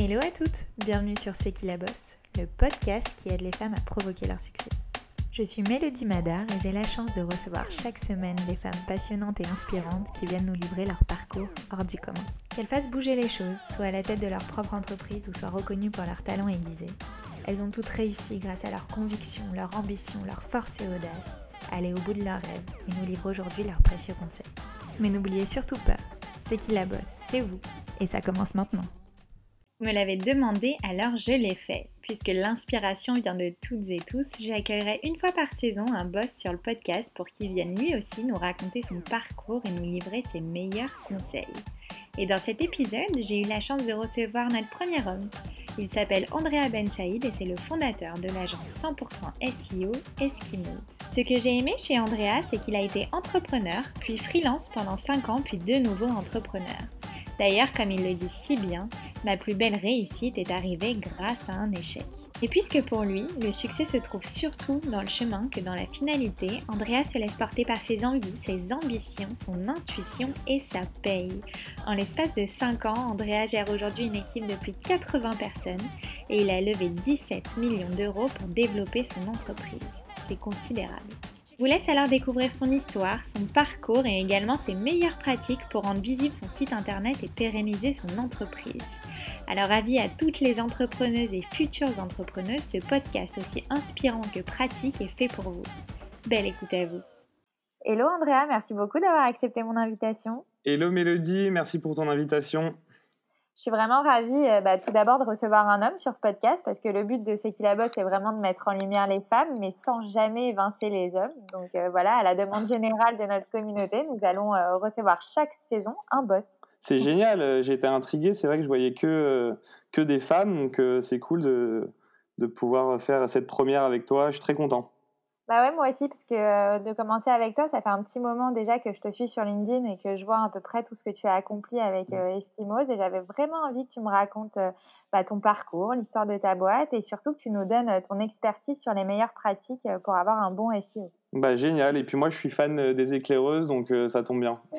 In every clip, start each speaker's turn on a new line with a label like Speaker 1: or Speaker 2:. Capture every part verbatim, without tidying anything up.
Speaker 1: Hello à toutes, bienvenue sur C'est qui la bosse, le podcast qui aide les femmes à provoquer leur succès. Je suis Mélodie Madar et j'ai la chance de recevoir chaque semaine des femmes passionnantes et inspirantes qui viennent nous livrer leur parcours hors du commun. Qu'elles fassent bouger les choses, soit à la tête de leur propre entreprise ou soient reconnues pour leur talent aiguisé, elles ont toutes réussi grâce à leur conviction, leur ambition, leur force et audace à aller au bout de leurs rêves et nous livrent aujourd'hui leurs précieux conseils. Mais n'oubliez surtout pas, C'est qui la bosse, c'est vous, et ça commence maintenant. Vous me l'avez demandé, alors je l'ai fait. Puisque l'inspiration vient de toutes et tous, j'accueillerai une fois par saison un boss sur le podcast pour qu'il vienne lui aussi nous raconter son parcours et nous livrer ses meilleurs conseils. Et dans cet épisode, j'ai eu la chance de recevoir notre premier homme. Il s'appelle Andrea Ben Saïd et c'est le fondateur de l'agence cent pour cent S E O Eskimo. Ce que j'ai aimé chez Andrea, c'est qu'il a été entrepreneur, puis freelance pendant cinq ans, puis de nouveau entrepreneur. D'ailleurs, comme il le dit si bien, ma plus belle réussite est arrivée grâce à un échec. Et puisque pour lui, le succès se trouve surtout dans le chemin que dans la finalité, Andrea se laisse porter par ses envies, ses ambitions, son intuition et sa paye. En l'espace de cinq ans, Andrea gère aujourd'hui une équipe de plus de quatre-vingts personnes et il a levé dix-sept millions d'euros pour développer son entreprise. C'est considérable. Je vous laisse alors découvrir son histoire, son parcours et également ses meilleures pratiques pour rendre visible son site internet et pérenniser son entreprise. Alors avis à toutes les entrepreneuses et futures entrepreneuses, ce podcast aussi inspirant que pratique est fait pour vous. Belle écoute à vous. Hello Andrea, merci beaucoup d'avoir accepté mon invitation.
Speaker 2: Hello Mélodie, merci pour ton invitation.
Speaker 1: Je suis vraiment ravie euh, bah, tout d'abord de recevoir un homme sur ce podcast parce que le but de C'est qui la bosse, c'est vraiment de mettre en lumière les femmes, mais sans jamais évincer les hommes. Donc euh, voilà, à la demande générale de notre communauté, nous allons euh, recevoir chaque saison un boss.
Speaker 2: C'est génial, j'ai été intrigué, c'est vrai que je voyais que, que des femmes, donc euh, c'est cool de, de pouvoir faire cette première avec toi, je suis très content.
Speaker 1: Bah ouais, moi aussi, parce que euh, de commencer avec toi, ça fait un petit moment déjà que je te suis sur LinkedIn et que je vois à peu près tout ce que tu as accompli avec euh, Eskimos et j'avais vraiment envie que tu me racontes euh, bah, ton parcours, l'histoire de ta boîte et surtout que tu nous donnes euh, ton expertise sur les meilleures pratiques euh, pour avoir un bon S E O.
Speaker 2: Bah génial, et puis moi je suis fan des éclaireuses, donc euh, ça tombe bien.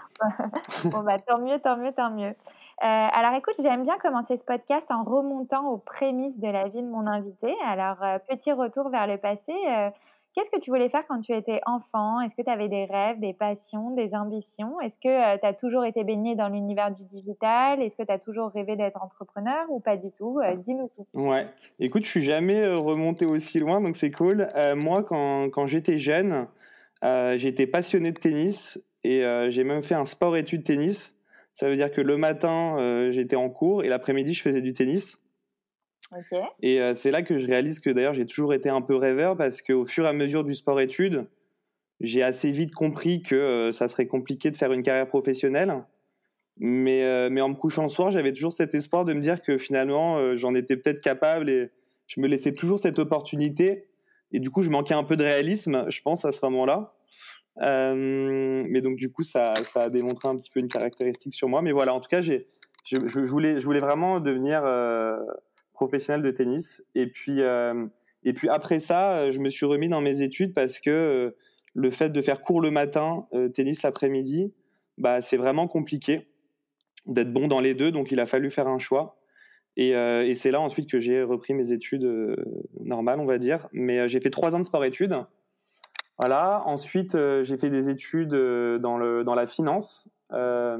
Speaker 1: Bon bah tant mieux, tant mieux, tant mieux. Euh, alors écoute, j'aime bien commencer ce podcast en remontant aux prémices de la vie de mon invité. Alors euh, petit retour vers le passé. Euh, qu'est-ce que tu voulais faire quand tu étais enfant? Est-ce que tu avais des rêves, des passions, des ambitions? Est-ce que euh, tu as toujours été baigné dans l'univers du digital? Est-ce que tu as toujours rêvé d'être entrepreneur ou pas du tout? Euh, dis-nous tout.
Speaker 2: Ouais, écoute, je suis jamais euh, remonté aussi loin, donc c'est cool. Euh, moi, quand, quand j'étais jeune, euh, j'étais passionné de tennis et euh, j'ai même fait un sport-études tennis. Ça veut dire que le matin, euh, j'étais en cours et l'après-midi, je faisais du tennis.
Speaker 1: Ok.
Speaker 2: Et euh, c'est là que je réalise que d'ailleurs j'ai toujours été un peu rêveur parce qu'au fur et à mesure du sport-études, j'ai assez vite compris que euh, ça serait compliqué de faire une carrière professionnelle. Mais, euh, mais en me couchant le soir, j'avais toujours cet espoir de me dire que finalement euh, j'en étais peut-être capable et je me laissais toujours cette opportunité. Et du coup, je manquais un peu de réalisme, je pense, à ce moment-là. Euh, mais donc du coup, ça, ça a démontré un petit peu une caractéristique sur moi. Mais voilà, en tout cas, j'ai, je, je voulais, je voulais vraiment devenir euh, professionnel de tennis. Et puis, euh, et puis après ça, je me suis remis dans mes études parce que euh, le fait de faire cours le matin, euh, tennis l'après-midi, bah c'est vraiment compliqué d'être bon dans les deux. Donc il a fallu faire un choix. Et, euh, et c'est là ensuite que j'ai repris mes études euh, normales, on va dire. Mais euh, j'ai fait trois ans de sport-études. Voilà. Ensuite, euh, j'ai fait des études euh, dans le dans la finance. Euh,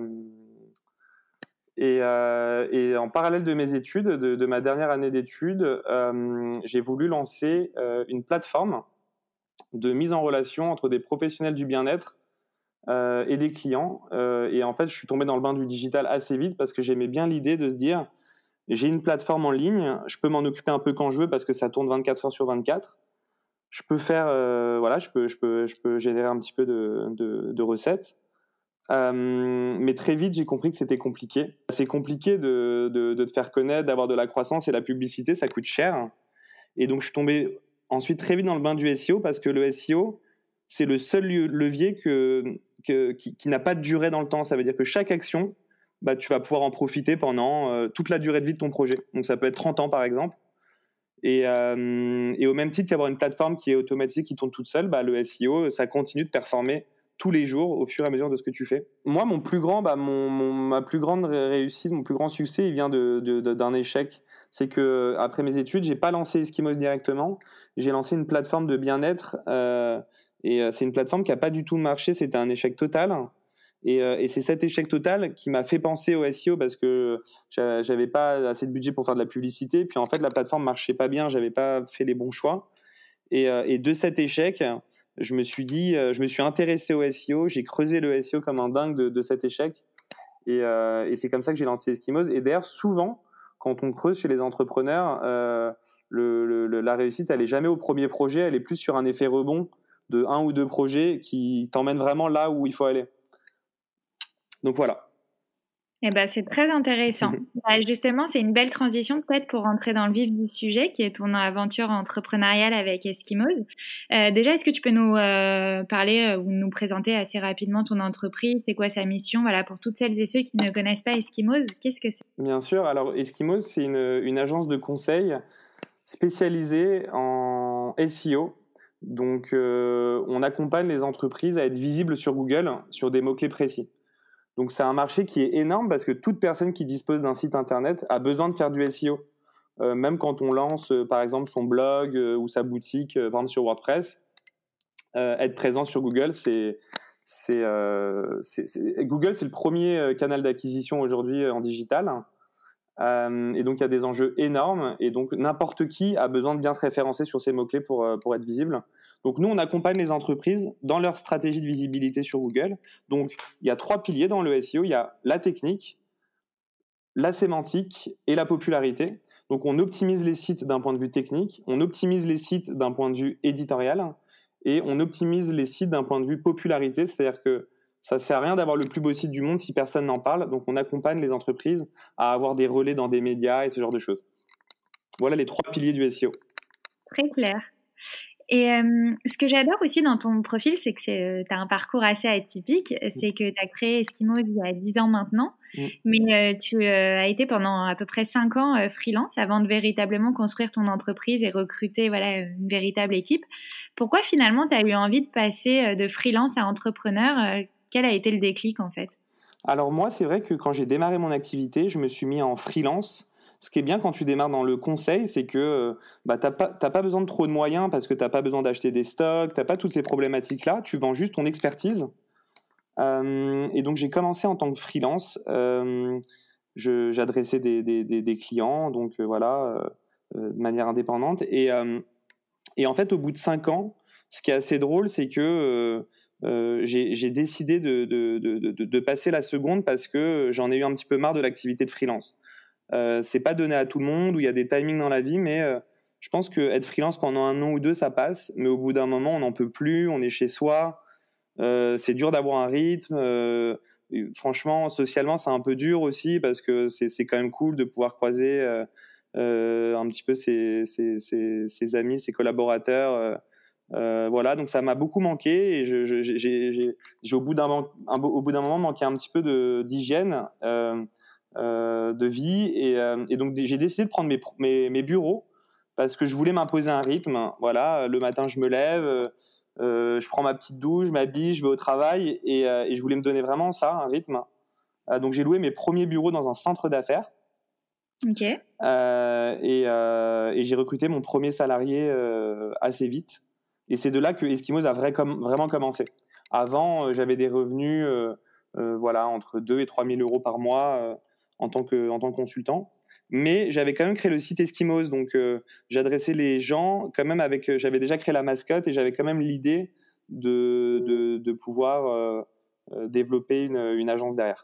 Speaker 2: et, euh, et en parallèle de mes études, de, de ma dernière année d'études, euh, j'ai voulu lancer euh, une plateforme de mise en relation entre des professionnels du bien-être euh, et des clients. Euh, et en fait, je suis tombé dans le bain du digital assez vite parce que j'aimais bien l'idée de se dire, j'ai une plateforme en ligne, je peux m'en occuper un peu quand je veux parce que ça tourne vingt-quatre heures sur vingt-quatre. Je peux faire, euh, voilà, je peux, je peux, je peux générer un petit peu de, de, de recettes. Euh, mais très vite, j'ai compris que c'était compliqué. C'est compliqué de, de, de te faire connaître, d'avoir de la croissance et la publicité, ça coûte cher. Et donc, je suis tombé ensuite très vite dans le bain du S E O parce que le S E O, c'est le seul levier que, que, qui, qui n'a pas de durée dans le temps. Ça veut dire que chaque action, bah, tu vas pouvoir en profiter pendant euh, toute la durée de vie de ton projet. Donc, ça peut être trente ans, par exemple. Et, euh, et au même titre qu'avoir une plateforme qui est automatisée, qui tourne toute seule, bah, le S E O, ça continue de performer tous les jours au fur et à mesure de ce que tu fais. Moi, mon plus grand, bah, mon, mon, ma plus grande réussite, mon plus grand succès, il vient de, de, de, d'un échec. C'est que après mes études, j'ai pas lancé Eskimos directement. J'ai lancé une plateforme de bien-être euh, et euh, c'est une plateforme qui a pas du tout marché. C'était un échec total. Et, euh, et c'est cet échec total qui m'a fait penser au S E O parce que j'avais pas assez de budget pour faire de la publicité. Puis en fait, la plateforme marchait pas bien. J'avais pas fait les bons choix. Et, euh, et de cet échec, je me suis dit, euh, je me suis intéressé au S E O. J'ai creusé le S E O comme un dingue de, de cet échec. Et, euh, et c'est comme ça que j'ai lancé Eskimos. Et d'ailleurs, souvent, quand on creuse chez les entrepreneurs, euh, le, le, la réussite, elle est jamais au premier projet. Elle est plus sur un effet rebond de un ou deux projets qui t'emmènent vraiment là où il faut aller. Donc voilà.
Speaker 1: Eh ben, c'est très intéressant. Bah, justement, c'est une belle transition peut-être pour rentrer dans le vif du sujet, qui est ton aventure entrepreneuriale avec Eskimos. Euh, déjà, est-ce que tu peux nous euh, parler euh, ou nous présenter assez rapidement ton entreprise? C'est quoi sa mission? Voilà, pour toutes celles et ceux qui ne connaissent pas Eskimos, qu'est-ce que c'est?
Speaker 2: Bien sûr. Alors, Eskimos, c'est une, une agence de conseil spécialisée en S E O. Donc, euh, on accompagne les entreprises à être visibles sur Google sur des mots-clés précis. Donc, c'est un marché qui est énorme parce que toute personne qui dispose d'un site internet a besoin de faire du S E O. Euh, même quand on lance, euh, par exemple, son blog euh, ou sa boutique, euh, par exemple sur WordPress, euh, être présent sur Google, c'est, c'est, euh, c'est, c'est Google, c'est le premier canal d'acquisition aujourd'hui en digital. Euh, et donc, il y a des enjeux énormes. Et donc, n'importe qui a besoin de bien se référencer sur ces mots-clés pour, pour être visible. Donc, nous, on accompagne les entreprises dans leur stratégie de visibilité sur Google. Donc, il y a trois piliers dans le S E O. Il y a la technique, la sémantique et la popularité. Donc, on optimise les sites d'un point de vue technique, on optimise les sites d'un point de vue éditorial et on optimise les sites d'un point de vue popularité. C'est-à-dire que ça sert à rien d'avoir le plus beau site du monde si personne n'en parle. Donc, on accompagne les entreprises à avoir des relais dans des médias et ce genre de choses. Voilà les trois piliers du S E O.
Speaker 1: Très clair. Et euh, ce que j'adore aussi dans ton profil, c'est que euh, tu as un parcours assez atypique. C'est que tu as créé Eskimos il y a dix ans maintenant, mmh. mais euh, tu euh, as été pendant à peu près cinq ans euh, freelance avant de véritablement construire ton entreprise et recruter voilà, une véritable équipe. Pourquoi finalement tu as eu envie de passer de freelance à entrepreneur? euh, Quel a été le déclic en fait?
Speaker 2: Alors moi, c'est vrai que quand j'ai démarré mon activité, je me suis mis en freelance. Ce qui est bien quand tu démarres dans le conseil, c'est que bah, tu n'as pas, t'as pas besoin de trop de moyens parce que tu n'as pas besoin d'acheter des stocks, tu n'as pas toutes ces problématiques-là. Tu vends juste ton expertise. Euh, et donc j'ai commencé en tant que freelance. Euh, je, j'adressais des, des, des, des clients, donc euh, voilà, euh, de manière indépendante. Et, euh, et en fait, au bout de cinq ans, ce qui est assez drôle, c'est que euh, euh, j'ai, j'ai décidé de, de, de, de, de passer la seconde parce que j'en ai eu un petit peu marre de l'activité de freelance. Euh, c'est pas donné à tout le monde, où il y a des timings dans la vie, mais euh, je pense que être freelance pendant un an ou deux, ça passe, mais au bout d'un moment, on n'en peut plus, on est chez soi, euh, c'est dur d'avoir un rythme. Euh, franchement, socialement, c'est un peu dur aussi parce que c'est, c'est quand même cool de pouvoir croiser euh, euh, un petit peu ses, ses, ses, ses amis, ses collaborateurs. Euh, euh, voilà, donc ça m'a beaucoup manqué et je, je, j'ai, j'ai, j'ai au bout d'un, un, au bout d'un moment manqué un petit peu de, d'hygiène, euh, euh, de vie et, euh, et donc j'ai décidé de prendre mes, mes, mes bureaux parce que je voulais m'imposer un rythme. Voilà, le matin je me lève. Euh, je prends ma petite douche, je m'habille, je vais au travail et, euh, et je voulais me donner vraiment ça, un rythme. Euh, donc j'ai loué mes premiers bureaux dans un centre d'affaires.
Speaker 1: Ok.
Speaker 2: Euh, et, euh, et j'ai recruté mon premier salarié euh, assez vite. Et c'est de là que Eskimos a vrai com- vraiment commencé. Avant, euh, j'avais des revenus euh, euh, voilà, entre deux et trois mille euros par mois euh, en, tant que, en tant que consultant. Mais j'avais quand même créé le site Eskimos, donc euh, j'adressais les gens quand même avec. Euh, j'avais déjà créé la mascotte et j'avais quand même l'idée de, de, de pouvoir euh, euh, développer une, une agence derrière.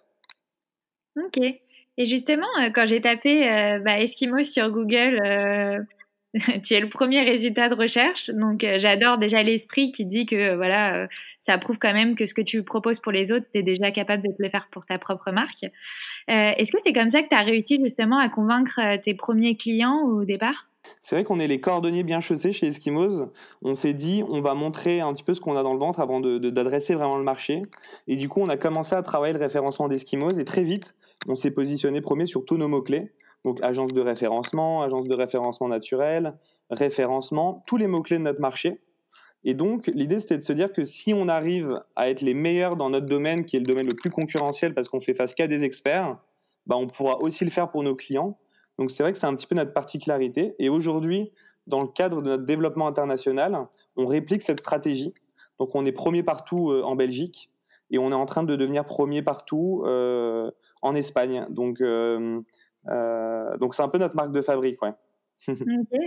Speaker 1: Ok. Et justement, euh, quand j'ai tapé euh, bah, Eskimos sur Google, euh, tu es le premier résultat de recherche. Donc, euh, j'adore déjà l'esprit qui dit que euh, voilà, euh, ça prouve quand même que ce que tu proposes pour les autres, tu es déjà capable de te le faire pour ta propre marque. Euh, est-ce que c'est comme ça que tu as réussi justement à convaincre euh, tes premiers clients au départ?
Speaker 2: C'est vrai qu'on est les cordonniers bien chaussés chez Eskimos. On s'est dit, on va montrer un petit peu ce qu'on a dans le ventre avant de, de, d'adresser vraiment le marché. Et du coup, on a commencé à travailler le référencement d'Eskimos et très vite, on s'est positionné premier sur tous nos mots-clés. Donc, agence de référencement, agence de référencement naturel, référencement, tous les mots-clés de notre marché. Et donc, l'idée, c'était de se dire que si on arrive à être les meilleurs dans notre domaine, qui est le domaine le plus concurrentiel parce qu'on fait face qu'à des experts, bah, on pourra aussi le faire pour nos clients. Donc, c'est vrai que c'est un petit peu notre particularité. Et aujourd'hui, dans le cadre de notre développement international, on réplique cette stratégie. Donc, on est premier partout euh, en Belgique et on est en train de devenir premier partout euh, en Espagne. Donc, euh, euh, donc, c'est un peu notre marque de fabrique, ouais.
Speaker 1: Ok.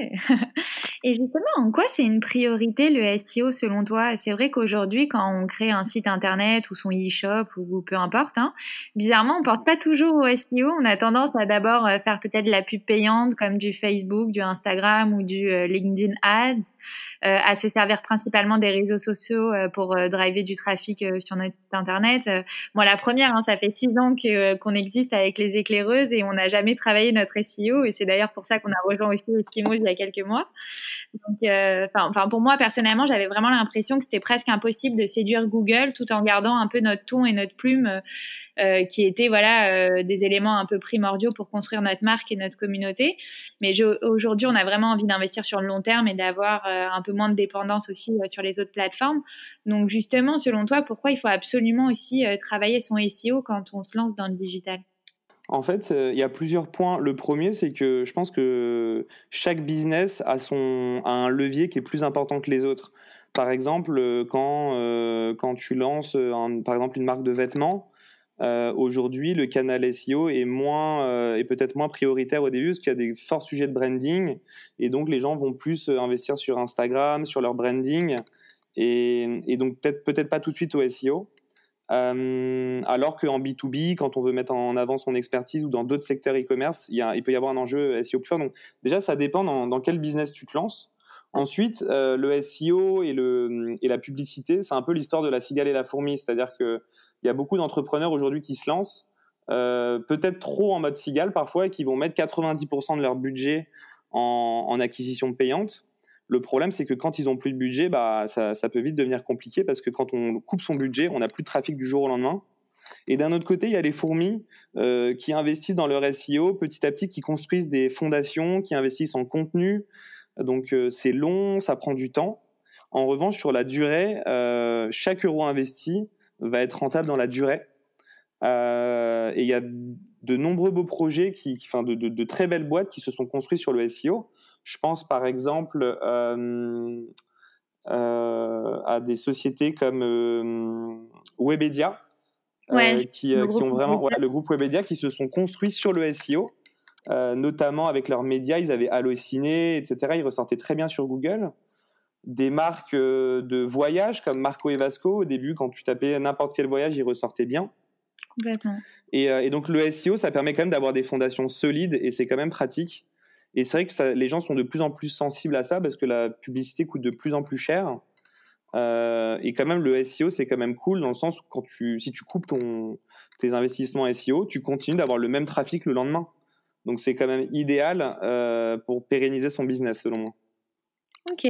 Speaker 1: Et justement, en quoi c'est une priorité le S E O selon toi? C'est vrai qu'aujourd'hui, quand on crée un site internet ou son e-shop ou, ou peu importe, hein, bizarrement, on porte pas toujours au S E O. On a tendance à d'abord euh, faire peut-être de la pub payante comme du Facebook, du Instagram ou du euh, LinkedIn Ads, euh, à se servir principalement des réseaux sociaux euh, pour euh, driver du trafic euh, sur notre site internet. Euh, moi, la première, hein, ça fait six ans que, euh, qu'on existe avec les éclaireuses et on n'a jamais travaillé notre S E O et c'est d'ailleurs pour ça qu'on a rejoint aussi Eskimos il y a quelques mois. Donc, euh, enfin, pour moi personnellement, j'avais vraiment l'impression que c'était presque impossible de séduire Google tout en gardant un peu notre ton et notre plume, euh, qui étaient voilà euh, des éléments un peu primordiaux pour construire notre marque et notre communauté. Mais je, aujourd'hui, on a vraiment envie d'investir sur le long terme et d'avoir euh, un peu moins de dépendance aussi euh, sur les autres plateformes. Donc, justement, selon toi, pourquoi il faut absolument aussi euh, travailler son S E O quand on se lance dans le digital?
Speaker 2: En fait, euh, il y a plusieurs points. Le premier, c'est que je pense que chaque business a, son, a un levier qui est plus important que les autres. Par exemple, euh, quand, euh, quand tu lances, un, par exemple, une marque de vêtements, euh, aujourd'hui, le canal S E O est moins, euh, est peut-être moins prioritaire au début parce qu'il y a des forts sujets de branding et donc les gens vont plus euh, investir sur Instagram, sur leur branding et, et donc peut-être peut-être pas tout de suite au S E O. Euh, alors qu'en B deux B, quand on veut mettre en avant son expertise ou dans d'autres secteurs e-commerce, il, y a, il peut y avoir un enjeu S E O plus fort. Donc déjà, ça dépend dans, dans quel business tu te lances. Ensuite, euh, le S E O et, le, et la publicité, c'est un peu l'histoire de la cigale et la fourmi. C'est-à-dire qu'il y a beaucoup d'entrepreneurs aujourd'hui qui se lancent, euh, peut-être trop en mode cigale parfois, et qui vont mettre quatre-vingt-dix pour cent de leur budget en, en acquisition payante. Le problème, c'est que quand ils ont plus de budget, bah, ça, ça peut vite devenir compliqué parce que quand on coupe son budget, on n'a plus de trafic du jour au lendemain. Et d'un autre côté, il y a les fourmis euh, qui investissent dans leur S E O petit à petit, qui construisent des fondations, qui investissent en contenu. Donc euh, c'est long, ça prend du temps. En revanche, sur la durée, euh, chaque euro investi va être rentable dans la durée. Euh, et il y a de nombreux beaux projets, qui, enfin de, de, de très belles boîtes qui se sont construites sur le S E O. Je pense par exemple euh, euh, à des sociétés comme euh, Webedia,
Speaker 1: Ouais,
Speaker 2: euh, qui,
Speaker 1: le
Speaker 2: euh, qui
Speaker 1: groupe
Speaker 2: ont vraiment, ouais, le groupe Webedia, qui se sont construits sur le S E O, euh, notamment avec leurs médias. Ils avaient Allociné, et cetera. Ils ressortaient très bien sur Google. Des marques euh, de voyage comme Marco et Vasco, au début, quand tu tapais n'importe quel voyage, ils ressortaient bien.
Speaker 1: complètement.
Speaker 2: Et, euh, et donc le S E O, ça permet quand même d'avoir des fondations solides et c'est quand même pratique. Et c'est vrai que ça, les gens sont de plus en plus sensibles à ça parce que la publicité coûte de plus en plus cher. Euh, et quand même, le S E O, c'est quand même cool dans le sens où quand tu, si tu coupes ton, tes investissements S E O, tu continues d'avoir le même trafic le lendemain. Donc c'est quand même idéal euh, pour pérenniser son business, selon moi.
Speaker 1: Ok.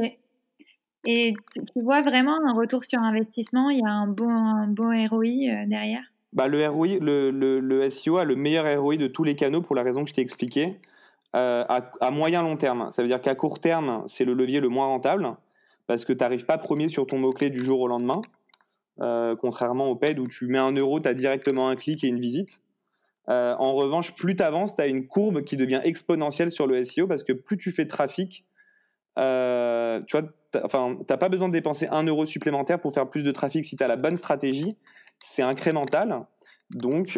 Speaker 1: Et tu, tu vois vraiment un retour sur investissement, il y a un bon, un bon R O I euh, derrière?
Speaker 2: Bah, le R O I, le, le, le S E O a le meilleur R O I de tous les canaux pour la raison que je t'ai expliqué. Euh, à, à moyen long terme, ça veut dire qu'à court terme, c'est le levier le moins rentable parce que tu n'arrives pas premier sur ton mot-clé du jour au lendemain, euh, contrairement au paid où tu mets un euro, tu as directement un clic et une visite. Euh, en revanche, plus tu avances, tu as une courbe qui devient exponentielle sur le S E O parce que plus tu fais de trafic, euh, tu vois, t'as, enfin, t'as pas besoin de dépenser un euro supplémentaire pour faire plus de trafic si tu as la bonne stratégie. C'est incrémental. Donc,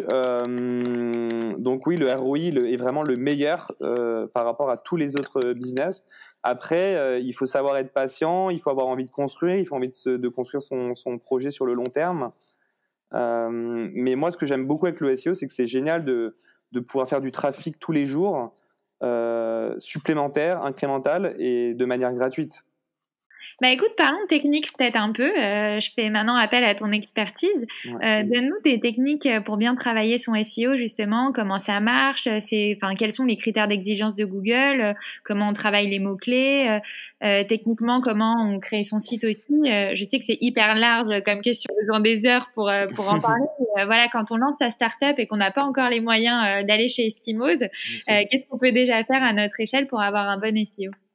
Speaker 2: euh, donc oui, le R O I le, est vraiment le meilleur euh, par rapport à tous les autres business. Après, euh, il faut savoir être patient, il faut avoir envie de construire, il faut envie de, se, de construire son, son projet sur le long terme. Euh, mais moi, ce que j'aime beaucoup avec le S E O, c'est que c'est génial de, de pouvoir faire du trafic tous les jours, euh, supplémentaire, incrémental et de manière gratuite.
Speaker 1: Bah écoute, parlons technique peut-être un peu. Euh, je fais maintenant appel à ton expertise.
Speaker 2: Ouais.
Speaker 1: Euh, donne-nous des techniques pour bien travailler son S E O justement. Comment ça marche? C'est, enfin, quels sont les critères d'exigence de Google? Euh, Comment on travaille les mots-clés? Euh, euh, techniquement, comment on crée son site aussi? Euh, je sais que c'est hyper large comme question, besoin des heures pour euh, pour en parler. Mais, euh, voilà, quand on lance sa startup et qu'on n'a pas encore les moyens euh, d'aller chez Eskimos, euh, qu'est-ce qu'on peut déjà faire à notre échelle pour avoir un bon S E O?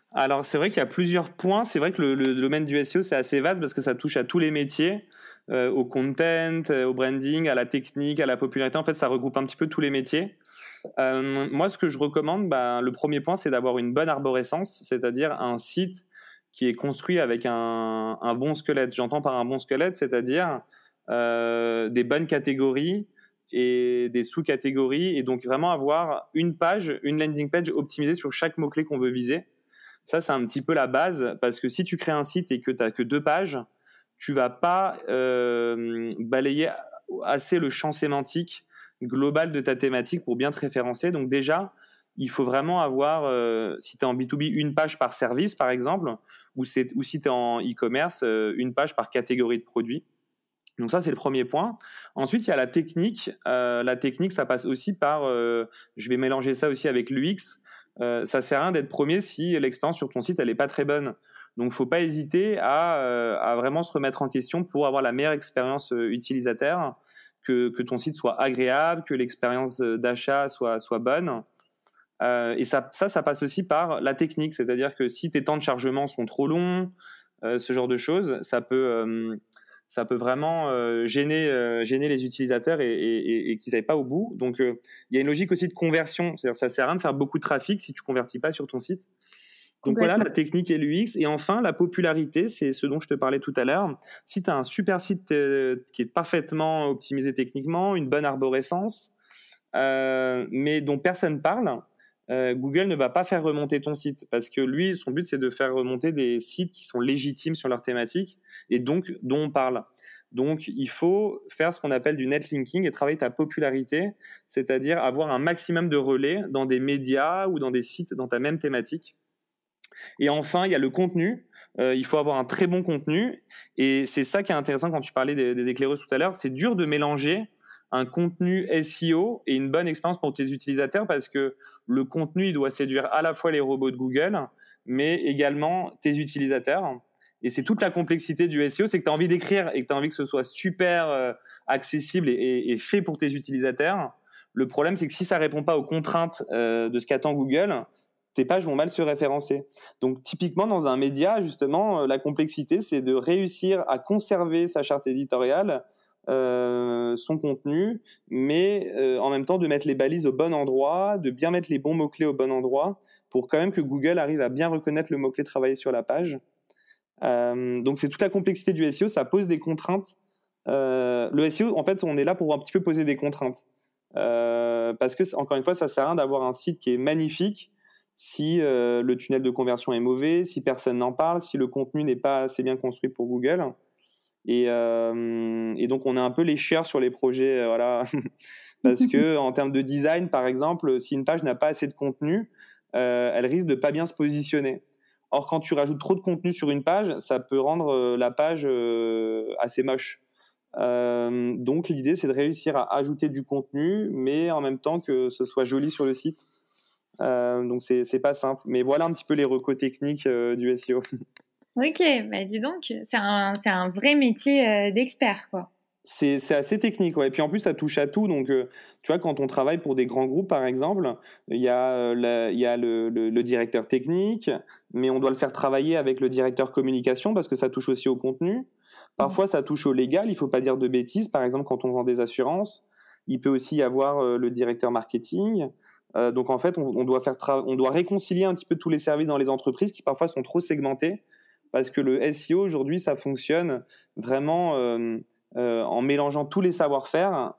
Speaker 2: Alors, c'est vrai qu'il y a plusieurs points. C'est vrai que le, le domaine du S E O, c'est assez vaste parce que ça touche à tous les métiers, euh, au content, euh, au branding, à la technique, à la popularité. En fait, ça regroupe un petit peu tous les métiers. Euh, moi, ce que je recommande, bah, le premier point, c'est d'avoir une bonne arborescence, c'est-à-dire un site qui est construit avec un, un bon squelette. J'entends par un bon squelette, c'est-à-dire euh, des bonnes catégories et des sous-catégories, et donc vraiment avoir une page, une landing page optimisée sur chaque mot-clé qu'on veut viser. Ça, c'est un petit peu la base, parce que si tu crées un site et que tu n'as que deux pages, tu vas pas euh, balayer assez le champ sémantique global de ta thématique pour bien te référencer. Donc déjà, il faut vraiment avoir, euh, si tu es en B deux B, une page par service, par exemple, ou, c'est, ou si tu es en e-commerce, euh, une page par catégorie de produits. Donc ça, c'est le premier point. Ensuite, il y a la technique. Euh, la technique, ça passe aussi par, euh, je vais mélanger ça aussi avec l'U X. Euh, ça sert à rien d'être premier si l'expérience sur ton site, elle est pas très bonne. Donc, faut pas hésiter à, euh, à vraiment se remettre en question pour avoir la meilleure expérience euh, utilisateur, que, que ton site soit agréable, que l'expérience d'achat soit, soit bonne. Euh, et ça, ça, ça passe aussi par la technique. C'est-à-dire que si tes temps de chargement sont trop longs, euh, ce genre de choses, ça peut... Euh, ça peut vraiment euh, gêner, euh, gêner les utilisateurs et, et, et qu'ils n'aillent pas au bout. Donc, euh, il y a une logique aussi de conversion. C'est-à-dire que ça sert à rien de faire beaucoup de trafic si tu convertis pas sur ton site. Donc voilà,
Speaker 1: Complètement.
Speaker 2: la technique et l'U X. Et enfin, la popularité, c'est ce dont je te parlais tout à l'heure. Si tu as un super site euh, qui est parfaitement optimisé techniquement, une bonne arborescence, euh, mais dont personne parle, euh, Google ne va pas faire remonter ton site parce que lui, son but, c'est de faire remonter des sites qui sont légitimes sur leur thématique et donc dont on parle. Donc, il faut faire ce qu'on appelle du netlinking et travailler ta popularité, c'est-à-dire avoir un maximum de relais dans des médias ou dans des sites dans ta même thématique. Et enfin, il y a le contenu. Euh, il faut avoir un très bon contenu. Et c'est ça qui est intéressant quand tu parlais des, des éclaireuses tout à l'heure. C'est dur de mélanger un contenu S E O et une bonne expérience pour tes utilisateurs parce que le contenu, il doit séduire à la fois les robots de Google, mais également tes utilisateurs. Et c'est toute la complexité du S E O, c'est que tu as envie d'écrire et que tu as envie que ce soit super euh, accessible et, et, et fait pour tes utilisateurs. Le problème, c'est que si ça répond pas aux contraintes euh, de ce qu'attend Google, tes pages vont mal se référencer. Donc typiquement dans un média, justement, la complexité, c'est de réussir à conserver sa charte éditoriale, euh, son contenu, mais euh, en même temps de mettre les balises au bon endroit, de bien mettre les bons mots-clés au bon endroit, pour quand même que Google arrive à bien reconnaître le mot-clé travaillé sur la page. Euh, donc c'est toute la complexité du S E O, ça pose des contraintes. Euh, le S E O, en fait, on est là pour un petit peu poser des contraintes. Euh, parce que, encore une fois, ça sert à rien d'avoir un site qui est magnifique si euh, le tunnel de conversion est mauvais, si personne n'en parle, si le contenu n'est pas assez bien construit pour Google. Et, euh, et donc, on est un peu les chieurs sur les projets, euh, voilà. Parce que en termes de design, par exemple, si une page n'a pas assez de contenu, euh, elle risque de pas bien se positionner. Or, quand tu rajoutes trop de contenu sur une page, ça peut rendre euh, la page euh, assez moche. Euh, donc l'idée, c'est de réussir à ajouter du contenu, mais en même temps que ce soit joli sur le site. Euh, donc c'est c'est pas simple. Mais voilà un petit peu les recos techniques euh, du S E O.
Speaker 1: Ok, bah dis donc, c'est un, c'est un vrai métier euh, d'expert, quoi.
Speaker 2: C'est c'est assez technique, ouais. Et puis en plus, ça touche à tout. Donc, euh, tu vois, quand on travaille pour des grands groupes, par exemple, il y a, euh, la- il y a le, le, le directeur technique, mais on doit le faire travailler avec le directeur communication parce que ça touche aussi au contenu.
Speaker 1: Mm.
Speaker 2: Parfois, ça touche au légal. Il faut pas dire de bêtises. Par exemple, quand on vend des assurances, il peut aussi y avoir euh, le directeur marketing. Euh, donc, en fait, on, on doit faire tra- on doit réconcilier un petit peu tous les services dans les entreprises qui parfois sont trop segmentés parce que le S E O aujourd'hui, ça fonctionne vraiment. Euh, euh, en mélangeant tous les savoir-faire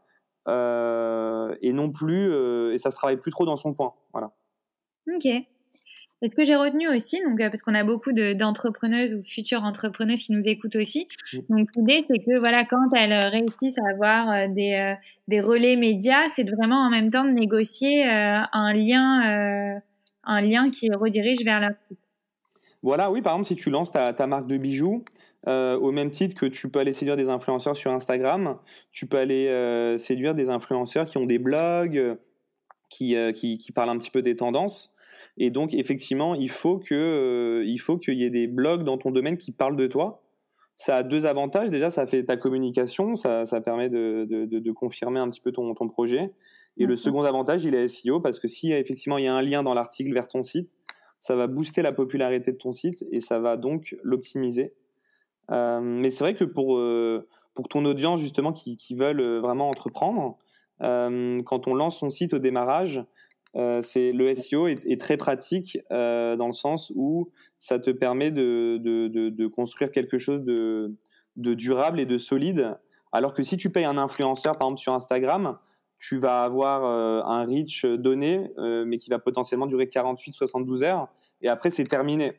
Speaker 2: euh, et non plus euh, et ça se travaille plus trop dans son coin. Voilà.
Speaker 1: Ok. Et ce que j'ai retenu aussi, donc, euh, parce qu'on a beaucoup de, d'entrepreneuses ou futures entrepreneuses qui nous écoutent aussi. Donc, l'idée, c'est que, voilà, quand elles euh, réussissent à avoir euh, des, euh, des relais médias, c'est de vraiment en même temps de négocier euh, un lien, euh, un lien qui redirige vers leur site.
Speaker 2: Voilà, oui, par exemple, si tu lances ta, ta marque de bijoux, euh, au même titre que tu peux aller séduire des influenceurs sur Instagram, tu peux aller euh, séduire des influenceurs qui ont des blogs, euh, qui, euh, qui, qui parlent un petit peu des tendances. Et donc, effectivement, il faut que, euh, il faut qu'il y ait des blogs dans ton domaine qui parlent de toi. Ça a deux avantages. Déjà, ça fait ta communication, ça, ça permet de, de, de, de confirmer un petit peu ton, ton projet. Et le
Speaker 1: D'accord.
Speaker 2: second avantage, il est S E O parce que si effectivement il y a un lien dans l'article vers ton site, ça va booster la popularité de ton site et ça va donc l'optimiser. Euh, mais c'est vrai que pour, euh, pour ton audience justement qui, qui veulent vraiment entreprendre, euh, quand on lance son site au démarrage, euh, c'est, le S E O est, est très pratique euh, dans le sens où ça te permet de, de, de, de construire quelque chose de, de durable et de solide. Alors que si tu payes un influenceur, par exemple sur Instagram, tu vas avoir euh, un reach donné, euh, mais qui va potentiellement durer quarante-huit à soixante-douze heures, et après c'est terminé.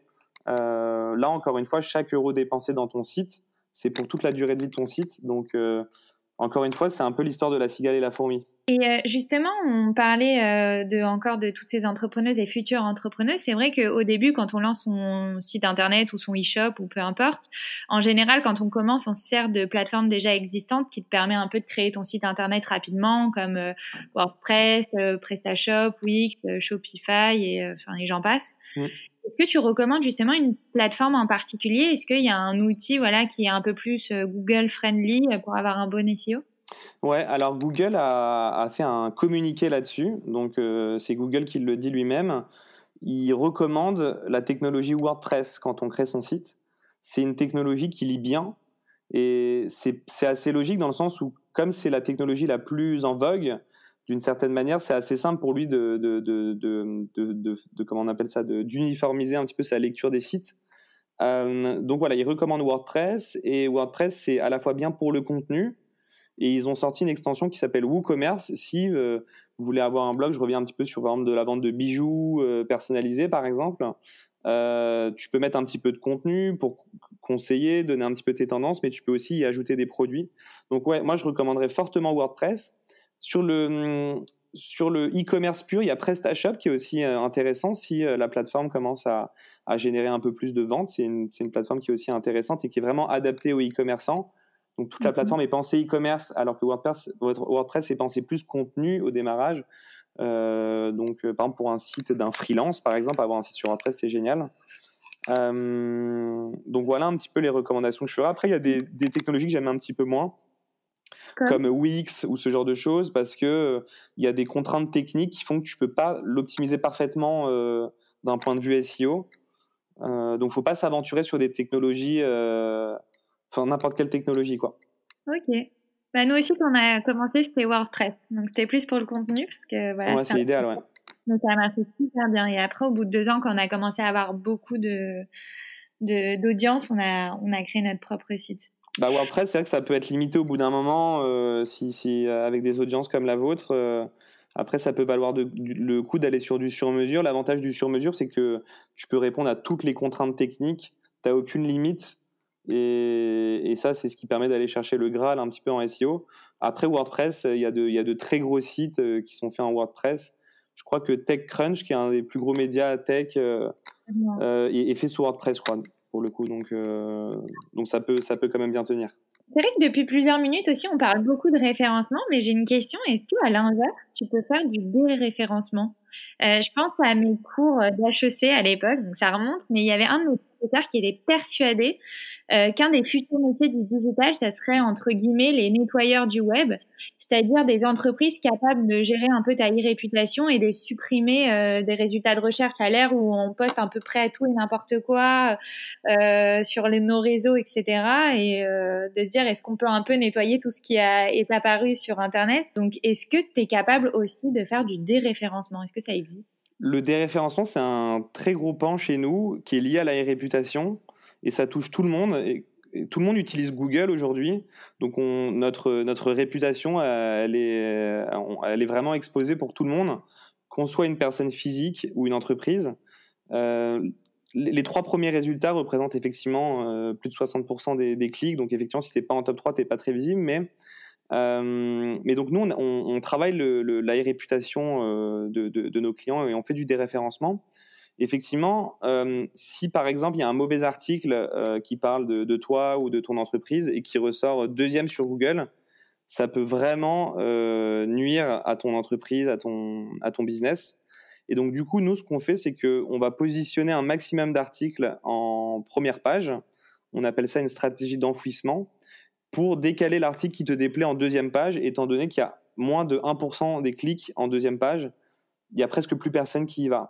Speaker 2: Euh, là, encore une fois, chaque euro dépensé dans ton site, c'est pour toute la durée de vie de ton site. Donc, euh, encore une fois, c'est un peu l'histoire de la cigale et la fourmi.
Speaker 1: Et euh, justement, on parlait euh, de, encore de toutes ces entrepreneuses et futures entrepreneuses. C'est vrai qu'au début, quand on lance son site internet ou son e-shop ou peu importe, en général, quand on commence, on se sert de plateformes déjà existantes qui te permet un peu de créer ton site internet rapidement, comme euh, WordPress, euh, PrestaShop, Wix, euh, Shopify et euh, enfin et j'en passe.
Speaker 2: Mm.
Speaker 1: Est-ce que tu recommandes justement une plateforme en particulier? Est-ce qu'il y a un outil voilà qui est un peu plus euh, Google friendly euh, pour avoir un bon S E O?
Speaker 2: Ouais, alors Google a, a fait un communiqué là-dessus. Donc, euh, c'est Google qui le dit lui-même. Il recommande la technologie WordPress quand on crée son site. C'est une technologie qui lit bien et c'est, c'est assez logique dans le sens où, comme c'est la technologie la plus en vogue, d'une certaine manière, c'est assez simple pour lui de, de, de, de, de, de, de comment on appelle ça, de, d'uniformiser un petit peu sa lecture des sites. Euh, donc voilà, il recommande WordPress et WordPress, c'est à la fois bien pour le contenu. Et ils ont sorti une extension qui s'appelle WooCommerce. Si euh, vous voulez avoir un blog, je reviens un petit peu sur par exemple, de la vente de bijoux euh, personnalisés, par exemple. Euh, tu peux mettre un petit peu de contenu pour conseiller, donner un petit peu tes tendances, mais tu peux aussi y ajouter des produits. Donc ouais, moi je recommanderais fortement WordPress. Sur le sur le e-commerce pur, il y a PrestaShop qui est aussi euh, intéressant si euh, la plateforme commence à, à générer un peu plus de ventes. C'est une, c'est une plateforme qui est aussi intéressante et qui est vraiment adaptée aux e-commerçants. Donc toute la plateforme est pensée e-commerce, alors que WordPress, WordPress est pensé plus contenu au démarrage. Euh, donc euh, par exemple pour un site d'un freelance, par exemple, avoir un site sur WordPress, c'est génial. Euh, donc voilà un petit peu les recommandations que je ferai. Après, il y a des, des technologies que j'aime un petit peu moins, comme Wix ou ce genre de choses, parce que euh, il y a des contraintes techniques qui font que tu peux pas l'optimiser parfaitement euh, d'un point de vue S E O. Euh, donc faut pas s'aventurer sur des technologies, euh, enfin n'importe quelle technologie quoi.
Speaker 1: Ok. Bah, nous aussi, quand on a commencé, c'était WordPress. Donc, c'était plus pour le contenu, parce que voilà,
Speaker 2: Ouais,
Speaker 1: c'était
Speaker 2: c'est
Speaker 1: un...
Speaker 2: idéal, ouais.
Speaker 1: Donc, ça marchait super bien. Et après, au bout de deux ans, quand on a commencé à avoir beaucoup de, de, d'audience, on a, on a créé notre propre site.
Speaker 2: Bah WordPress, c'est vrai que ça peut être limité au bout d'un moment, euh, si, si euh, avec des audiences comme la vôtre. Euh, après, ça peut valoir de, du, le coup d'aller sur du sur-mesure. L'avantage du sur-mesure, c'est que tu peux répondre à toutes les contraintes techniques. T'as aucune limite. Et, et ça, c'est ce qui permet d'aller chercher le Graal un petit peu en S E O. Après WordPress, il y a de, il y a de très gros sites euh, qui sont faits en WordPress. Je crois que TechCrunch, qui est un des plus gros médias tech, euh, euh, est, est fait sous WordPress, je crois, pour le coup. Donc, euh, donc ça peut, ça peut quand même bien tenir.
Speaker 1: C'est vrai que depuis plusieurs minutes aussi, on parle beaucoup de référencement, mais j'ai une question. Est-ce que, à l'inverse, tu peux faire du déréférencement? Euh, je pense à mes cours d'H E C à l'époque, donc ça remonte, mais il y avait un de nos professeurs qui était persuadé euh, qu'un des futurs métiers du digital, ça serait entre guillemets les nettoyeurs du web, c'est-à-dire des entreprises capables de gérer un peu ta e-réputation et de supprimer euh, des résultats de recherche à l'ère où on poste à peu près tout et n'importe quoi euh, sur les, nos réseaux, et cetera. Et euh, de se dire, est-ce qu'on peut un peu nettoyer tout ce qui a, est apparu sur Internet? Donc, est-ce que tu es capable aussi de faire du déréférencement? Est-ce que ça existe?
Speaker 2: Le déréférencement, c'est un très gros pan chez nous qui est lié à la réputation et ça touche tout le monde. Et, et tout le monde utilise Google aujourd'hui, donc on, notre notre réputation, elle est elle est vraiment exposée pour tout le monde, qu'on soit une personne physique ou une entreprise. Euh, les, les trois premiers résultats représentent effectivement euh, plus de soixante pour cent des, des clics, donc effectivement, si t'es pas en top trois, t'es pas très visible, mais euh, mais donc nous, on, on travaille le, le, la réputation euh, de, de, de nos clients et on fait du déréférencement. Effectivement, euh, si par exemple il y a un mauvais article euh, qui parle de, de toi ou de ton entreprise et qui ressort deuxième sur Google, ça peut vraiment euh, nuire à ton entreprise, à ton, à ton business. Et donc du coup, nous, ce qu'on fait, c'est qu'on va positionner un maximum d'articles en première page. On appelle ça une stratégie d'enfouissement pour décaler l'article qui te déplaît en deuxième page, étant donné qu'il y a moins de un pour cent des clics en deuxième page, il y a presque plus personne qui y va.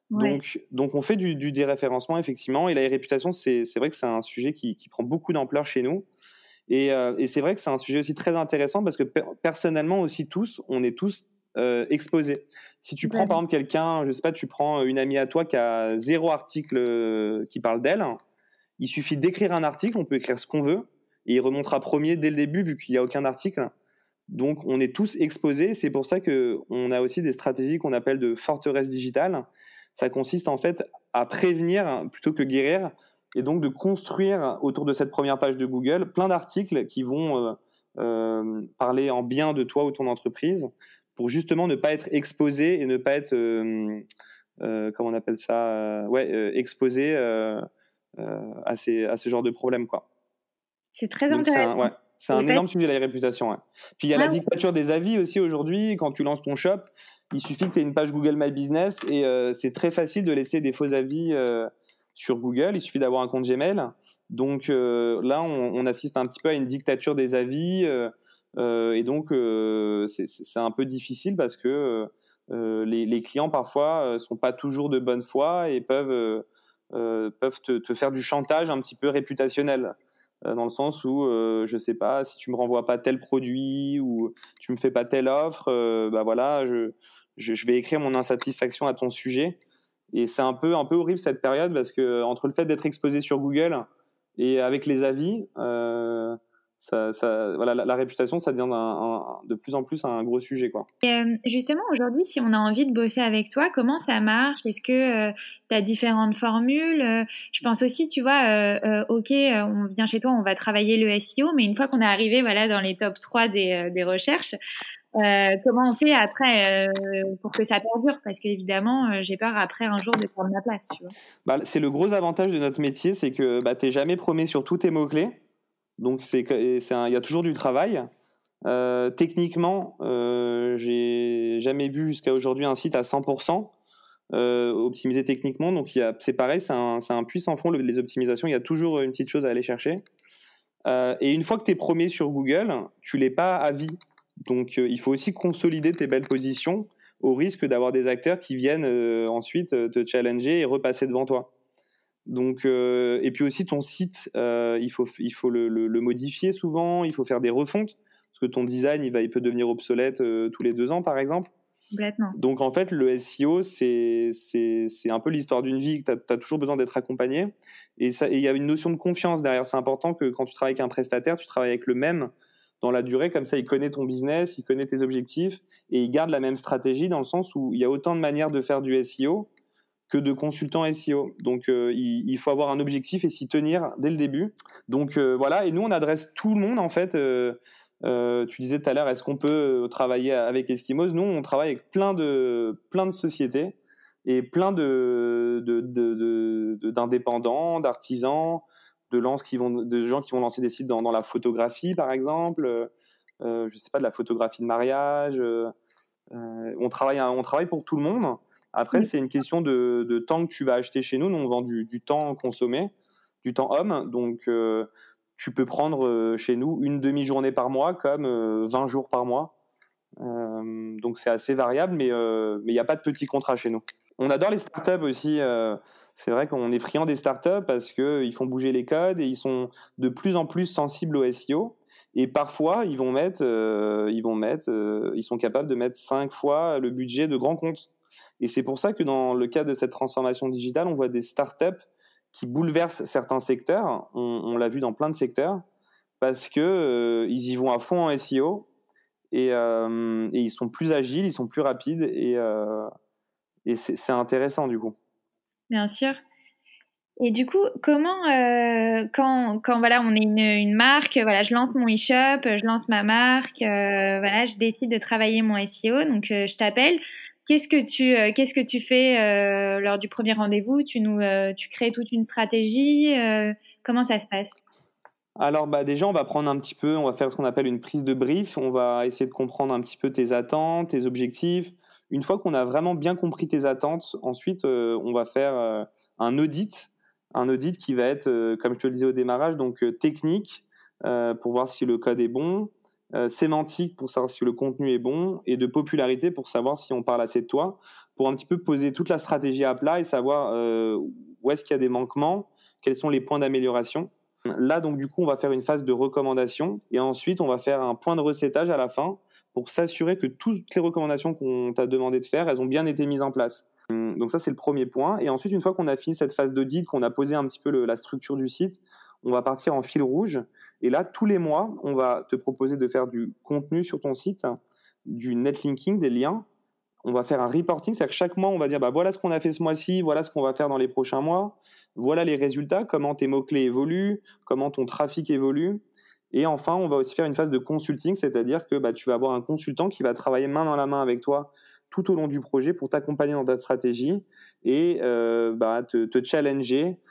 Speaker 1: Ouais.
Speaker 2: Donc, donc on fait du, du déréférencement effectivement, et la réputation, c'est, c'est vrai que c'est un sujet qui, qui prend beaucoup d'ampleur chez nous. Et, euh, et c'est vrai que c'est un sujet aussi très intéressant parce que per- personnellement aussi tous, on est tous euh, exposés. Si tu prends par
Speaker 1: Complètement.
Speaker 2: exemple quelqu'un, je sais pas, tu prends une amie à toi qui a zéro article euh, qui parle d'elle, il suffit d'écrire un article, on peut écrire ce qu'on veut, et il remontera premier dès le début vu qu'il n'y a aucun article. Donc on est tous exposés. C'est pour ça que on a aussi des stratégies qu'on appelle de forteresse digitale. Ça consiste en fait à prévenir plutôt que guérir, et donc de construire autour de cette première page de Google plein d'articles qui vont euh, euh, parler en bien de toi ou ton entreprise, pour justement ne pas être exposé et ne pas être euh, euh, comment on appelle ça euh, ouais euh, exposé euh, euh, à ces à ce genre de problème, quoi.
Speaker 1: C'est très
Speaker 2: Donc c'est un,
Speaker 1: intéressant.
Speaker 2: ouais, c'est
Speaker 1: Et
Speaker 2: un
Speaker 1: fait,
Speaker 2: énorme sujet, la réputation. Ouais. Puis il y a la
Speaker 1: ah,
Speaker 2: dictature des avis aussi aujourd'hui. Quand tu lances ton shop, il suffit que tu aies une page Google My Business, et euh, c'est très facile de laisser des faux avis euh, sur Google. Il suffit d'avoir un compte Gmail. Donc euh, là, on, on assiste un petit peu à une dictature des avis. Euh, euh, et donc, euh, c'est, c'est un peu difficile parce que euh, les, les clients, parfois, euh, sont pas toujours de bonne foi et peuvent, euh, euh, peuvent te, te faire du chantage un petit peu réputationnel, euh, dans le sens où euh, je sais pas, si tu me renvoies pas tel produit ou tu me fais pas telle offre, euh, bah voilà, je, je je vais écrire mon insatisfaction à ton sujet. Et c'est un peu un peu horrible cette période parce que entre le fait d'être exposé sur Google et avec les avis, euh, ça, ça, voilà, la, la réputation, ça devient un, un, de plus en plus un gros sujet, quoi.
Speaker 1: et, euh, justement, aujourd'hui, si on a envie de bosser avec toi, comment ça marche? Est-ce que tu as différentes formules? Euh, je pense aussi, tu vois, euh, euh, ok, euh, on vient chez toi, on va travailler le S E O, mais une fois qu'on est arrivé, voilà, dans les top trois des, euh, des recherches, euh, comment on fait après euh, pour que ça perdure? Parce qu'évidemment, euh, j'ai peur après un jour de prendre ma place, tu vois.
Speaker 2: Bah, c'est le gros avantage de notre métier, c'est que bah, t'es jamais promet sur tous tes mots-clés. Donc c'est, c'est un, il y a toujours du travail. Euh, techniquement, euh, j'ai jamais vu jusqu'à aujourd'hui un site à cent pour cent euh, optimisé techniquement. Donc il y a, c'est pareil, c'est un, c'est un puits sans fond, le- les optimisations. Il y a toujours une petite chose à aller chercher. Euh, et une fois que tu es premier sur Google, tu l'es pas à vie. Donc euh, il faut aussi consolider tes belles positions au risque d'avoir des acteurs qui viennent euh, ensuite euh, te challenger et repasser devant toi. Donc, euh, et puis aussi ton site, euh, il faut, il faut le, le, le modifier souvent, il faut faire des refontes, parce que ton design, il, va, il peut devenir obsolète euh, tous les deux ans, par exemple.
Speaker 1: Complètement.
Speaker 2: Donc, en fait, le S E O, c'est, c'est, c'est un peu l'histoire d'une vie, que tu as toujours besoin d'être accompagné. Et ça, et il y a une notion de confiance derrière. C'est important que quand tu travailles avec un prestataire, tu travailles avec le même dans la durée, comme ça, il connaît ton business, il connaît tes objectifs, et il garde la même stratégie dans le sens où il y a autant de manières de faire du S E O que de consultants S E O. Donc, euh, il, il, faut avoir un objectif et s'y tenir dès le début. Donc, euh, voilà. Et nous, on adresse tout le monde, en fait. Euh, euh, tu disais tout à l'heure, est-ce qu'on peut travailler avec Eskimos? Nous, on travaille avec plein de, plein de sociétés et plein de, de, de, de, de d'indépendants, d'artisans, de, lance qui vont, de gens qui vont lancer des sites dans, dans la photographie, par exemple. Euh, je sais pas, de la photographie de mariage. Euh, on travaille, on travaille pour tout le monde. Après, c'est une question de, de temps que tu vas acheter chez nous. Nous, on vend du, du temps consommé, du temps homme. Donc, euh, tu peux prendre euh, chez nous une demi-journée par mois comme euh, vingt jours par mois. Euh, donc, c'est assez variable, mais euh, mais il n'y a pas de petits contrats chez nous. On adore les startups aussi. Euh, c'est vrai qu'on est friand des startups parce qu'ils font bouger les codes et ils sont de plus en plus sensibles au S E O. Et parfois, ils vont mettre, euh, ils vont mettre, euh, ils sont capables de mettre cinq fois le budget de grands comptes. Et c'est pour ça que dans le cadre de cette transformation digitale, on voit des startups qui bouleversent certains secteurs. On, on l'a vu dans plein de secteurs parce que euh, ils y vont à fond en S E O et, euh, et ils sont plus agiles, ils sont plus rapides et, euh, et c'est, c'est intéressant du coup.
Speaker 1: Bien sûr. Et du coup, comment, euh, quand, quand voilà, on est une, une marque, voilà, je lance mon e-shop, je lance ma marque, euh, voilà, je décide de travailler mon S E O, donc euh, je t'appelle. Qu'est-ce que tu, euh, qu'est-ce que tu fais euh, lors du premier rendez-vous? Tu nous, euh, tu crées toute une stratégie. Euh, comment ça se passe?
Speaker 2: Alors bah déjà on va prendre un petit peu, on va faire ce qu'on appelle une prise de brief, on va essayer de comprendre un petit peu tes attentes, tes objectifs. Une fois qu'on a vraiment bien compris tes attentes, ensuite euh, on va faire euh, un audit, un audit qui va être, euh, comme je te le disais au démarrage, donc euh, technique, euh, pour voir si le code est bon, euh, sémantique pour savoir si le contenu est bon, et de popularité pour savoir si on parle assez de toi, pour un petit peu poser toute la stratégie à plat et savoir euh, où est-ce qu'il y a des manquements, quels sont les points d'amélioration. Là, donc, du coup, on va faire une phase de recommandation et ensuite, on va faire un point de recettage à la fin pour s'assurer que toutes les recommandations qu'on t'a demandé de faire, elles ont bien été mises en place. Donc ça, c'est le premier point. Et ensuite, une fois qu'on a fini cette phase d'audit, qu'on a posé un petit peu le, la structure du site, on va partir en fil rouge. Et là, tous les mois, on va te proposer de faire du contenu sur ton site, du netlinking, des liens. On va faire un reporting, c'est-à-dire que chaque mois, on va dire, bah, voilà ce qu'on a fait ce mois-ci, voilà ce qu'on va faire dans les prochains mois, voilà les résultats, comment tes mots-clés évoluent, comment ton trafic évolue. Et enfin, on va aussi faire une phase de consulting, c'est-à-dire que bah, tu vas avoir un consultant qui va travailler main dans la main avec toi tout au long du projet pour t'accompagner dans ta stratégie et euh, bah, te, te challenger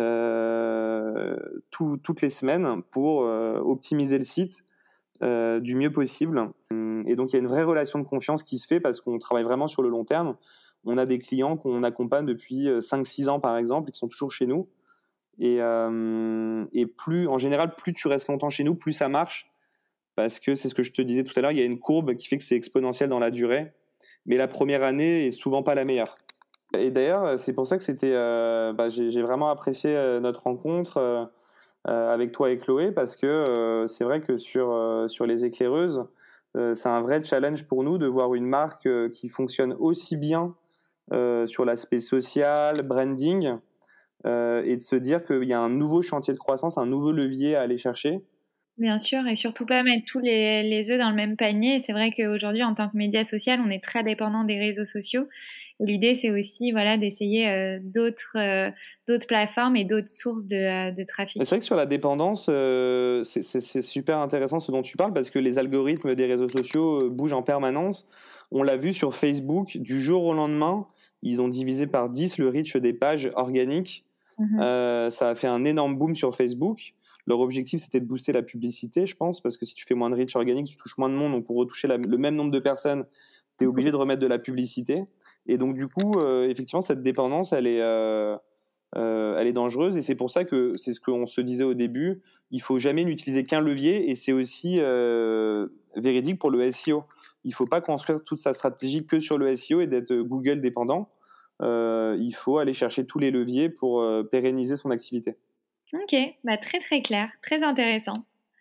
Speaker 2: euh, tout, toutes les semaines pour euh, optimiser le site euh, du mieux possible. Et donc, il y a une vraie relation de confiance qui se fait parce qu'on travaille vraiment sur le long terme. On a des clients qu'on accompagne depuis cinq six ans, par exemple, et qui sont toujours chez nous. Et, euh, et plus, en général, plus tu restes longtemps chez nous, plus ça marche. Parce que c'est ce que je te disais tout à l'heure, il y a une courbe qui fait que c'est exponentiel dans la durée. Mais la première année est souvent pas la meilleure. Et d'ailleurs, c'est pour ça que c'était, euh, bah, j'ai, j'ai vraiment apprécié euh, notre rencontre euh, euh, avec toi et Chloé, parce que euh, c'est vrai que sur euh, sur les éclaireuses, euh, c'est un vrai challenge pour nous de voir une marque euh, qui fonctionne aussi bien euh, sur l'aspect social, branding, euh, et de se dire qu'il y a un nouveau chantier de croissance, un nouveau levier à aller chercher.
Speaker 1: Bien sûr, et surtout pas mettre tous les, les œufs dans le même panier. C'est vrai qu'aujourd'hui, en tant que média social, on est très dépendant des réseaux sociaux. Et l'idée, c'est aussi, voilà, d'essayer euh, d'autres euh, d'autres plateformes et d'autres sources de, euh, de trafic.
Speaker 2: Mais c'est vrai que sur la dépendance, euh, c'est, c'est, c'est super intéressant ce dont tu parles parce que les algorithmes des réseaux sociaux euh, bougent en permanence. On l'a vu sur Facebook, du jour au lendemain, ils ont divisé par dix le reach des pages organiques.
Speaker 1: Mhm.
Speaker 2: Euh, ça a fait un énorme boom sur Facebook. Leur objectif, c'était de booster la publicité, je pense, parce que si tu fais moins de reach organique, tu touches moins de monde. Donc, pour retoucher la, le même nombre de personnes, tu es obligé de remettre de la publicité. Et donc, du coup, euh, effectivement, cette dépendance, elle est, euh, euh, elle est dangereuse. Et c'est pour ça que c'est ce qu'on se disait au début. Il faut jamais n'utiliser qu'un levier. Et c'est aussi euh, véridique pour le S E O. Il faut pas construire toute sa stratégie que sur le S E O et d'être Google dépendant. Euh, il faut aller chercher tous les leviers pour euh, pérenniser son activité.
Speaker 1: Ok, bah très très clair, très intéressant.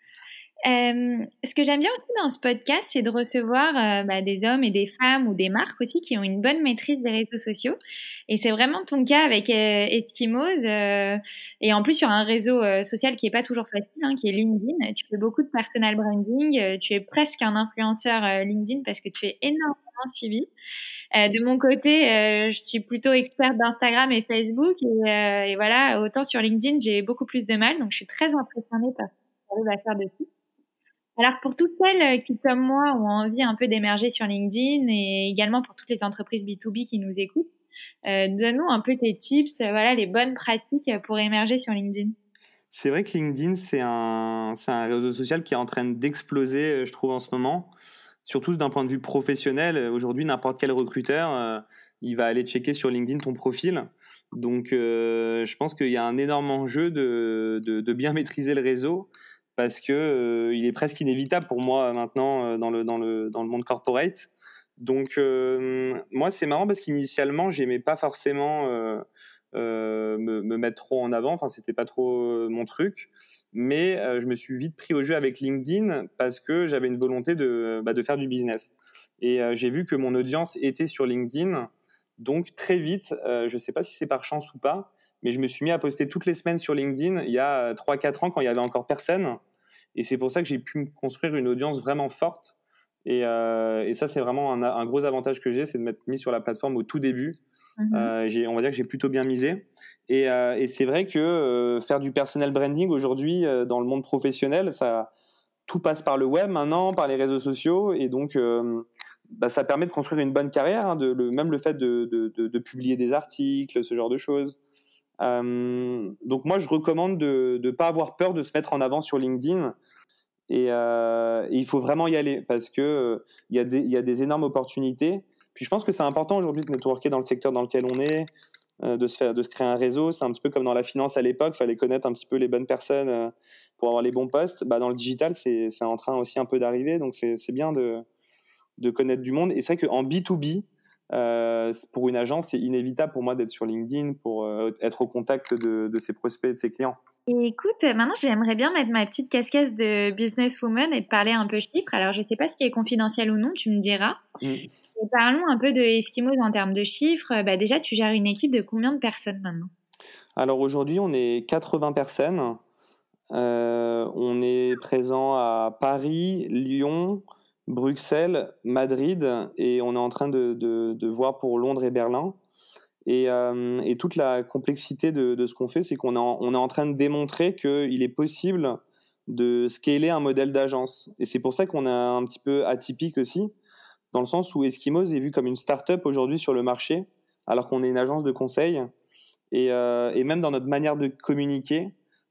Speaker 1: Euh, ce que j'aime bien aussi dans ce podcast, c'est de recevoir euh, bah, des hommes et des femmes ou des marques aussi qui ont une bonne maîtrise des réseaux sociaux. Et c'est vraiment ton cas avec euh, Eskimos. Euh, et en plus, sur un réseau euh, social qui est pas toujours facile, hein, qui est LinkedIn. Tu fais beaucoup de personal branding. Euh, tu es presque un influenceur euh, LinkedIn parce que tu es énormément suivi. Euh, de mon côté, euh, je suis plutôt experte d'Instagram et Facebook. Et, euh, et voilà, autant sur LinkedIn, j'ai beaucoup plus de mal. Donc, je suis très impressionnée par ce que tu arrives à faire dessus. Alors pour toutes celles euh, qui, comme moi, ont envie un peu d'émerger sur LinkedIn et également pour toutes les entreprises B deux B qui nous écoutent, euh, donne-nous un peu tes tips, euh, voilà, les bonnes pratiques pour émerger sur LinkedIn.
Speaker 2: C'est vrai que LinkedIn, c'est un, c'est un réseau social qui est en train d'exploser, je trouve, en ce moment. Surtout d'un point de vue professionnel. Aujourd'hui, n'importe quel recruteur, euh, il va aller checker sur LinkedIn ton profil. Donc, euh, je pense qu'il y a un énorme enjeu de, de, de bien maîtriser le réseau parce que euh, il est presque inévitable pour moi maintenant euh, dans le, dans le, dans le monde corporate. Donc, euh, moi, c'est marrant parce qu'initialement, j'aimais pas forcément euh, euh, me, me mettre trop en avant. Enfin, c'était pas trop euh, mon truc. Mais euh, je me suis vite pris au jeu avec LinkedIn parce que j'avais une volonté de, bah, de faire du business. Et euh, j'ai vu que mon audience était sur LinkedIn. Donc, très vite, euh, je sais pas si c'est par chance ou pas, mais je me suis mis à poster toutes les semaines sur LinkedIn il y a trois quatre ans quand il y avait encore personne. Et c'est pour ça que j'ai pu me construire une audience vraiment forte. Et, euh, et ça, c'est vraiment un, un gros avantage que j'ai, c'est de m'être mis sur la plateforme au tout début.
Speaker 1: Mhm.
Speaker 2: Euh, j'ai, on va dire que j'ai plutôt bien misé. Et, euh, et c'est vrai que euh, faire du personal branding aujourd'hui euh, dans le monde professionnel, ça, tout passe par le web maintenant, par les réseaux sociaux, et donc euh, bah, ça permet de construire une bonne carrière, hein, de, le, même le fait de, de, de, de publier des articles, ce genre de choses. Euh, donc moi, je recommande de ne pas avoir peur de se mettre en avant sur LinkedIn. Et, euh, et il faut vraiment y aller parce que euh, il y a des il y a des énormes opportunités. Puis je pense que c'est important aujourd'hui de networker dans le secteur dans lequel on est. euh, de se faire, de se créer un réseau. C'est un petit peu comme dans la finance à l'époque, fallait connaître un petit peu les bonnes personnes euh, pour avoir les bons postes. Bah, dans le digital, c'est, c'est en train aussi un peu d'arriver, donc c'est, c'est bien de, de connaître du monde. Et c'est vrai qu'en B deux B, euh, pour une agence, c'est inévitable pour moi d'être sur LinkedIn pour euh, être au contact de, de ses prospects et de ses clients.
Speaker 1: Et écoute, maintenant j'aimerais bien mettre ma petite casquette de businesswoman et te parler un peu chiffres. Alors je sais pas ce qui est confidentiel ou non, tu me diras.
Speaker 2: Mm.
Speaker 1: Et parlons un peu de Eskimos en termes de chiffres. Bah déjà, tu gères une équipe de combien de personnes maintenant?
Speaker 2: Alors aujourd'hui, on est quatre-vingts personnes. Euh, on est présent à Paris, Lyon, Bruxelles, Madrid et on est en train de, de, de voir pour Londres et Berlin. Et, euh, et toute la complexité de, de ce qu'on fait, c'est qu'on est en, on est en train de démontrer qu'il est possible de scaler un modèle d'agence. Et c'est pour ça qu'on est un petit peu atypique aussi, dans le sens où Eskimos est vu comme une start-up aujourd'hui sur le marché, alors qu'on est une agence de conseil. Et, euh, et même dans notre manière de communiquer,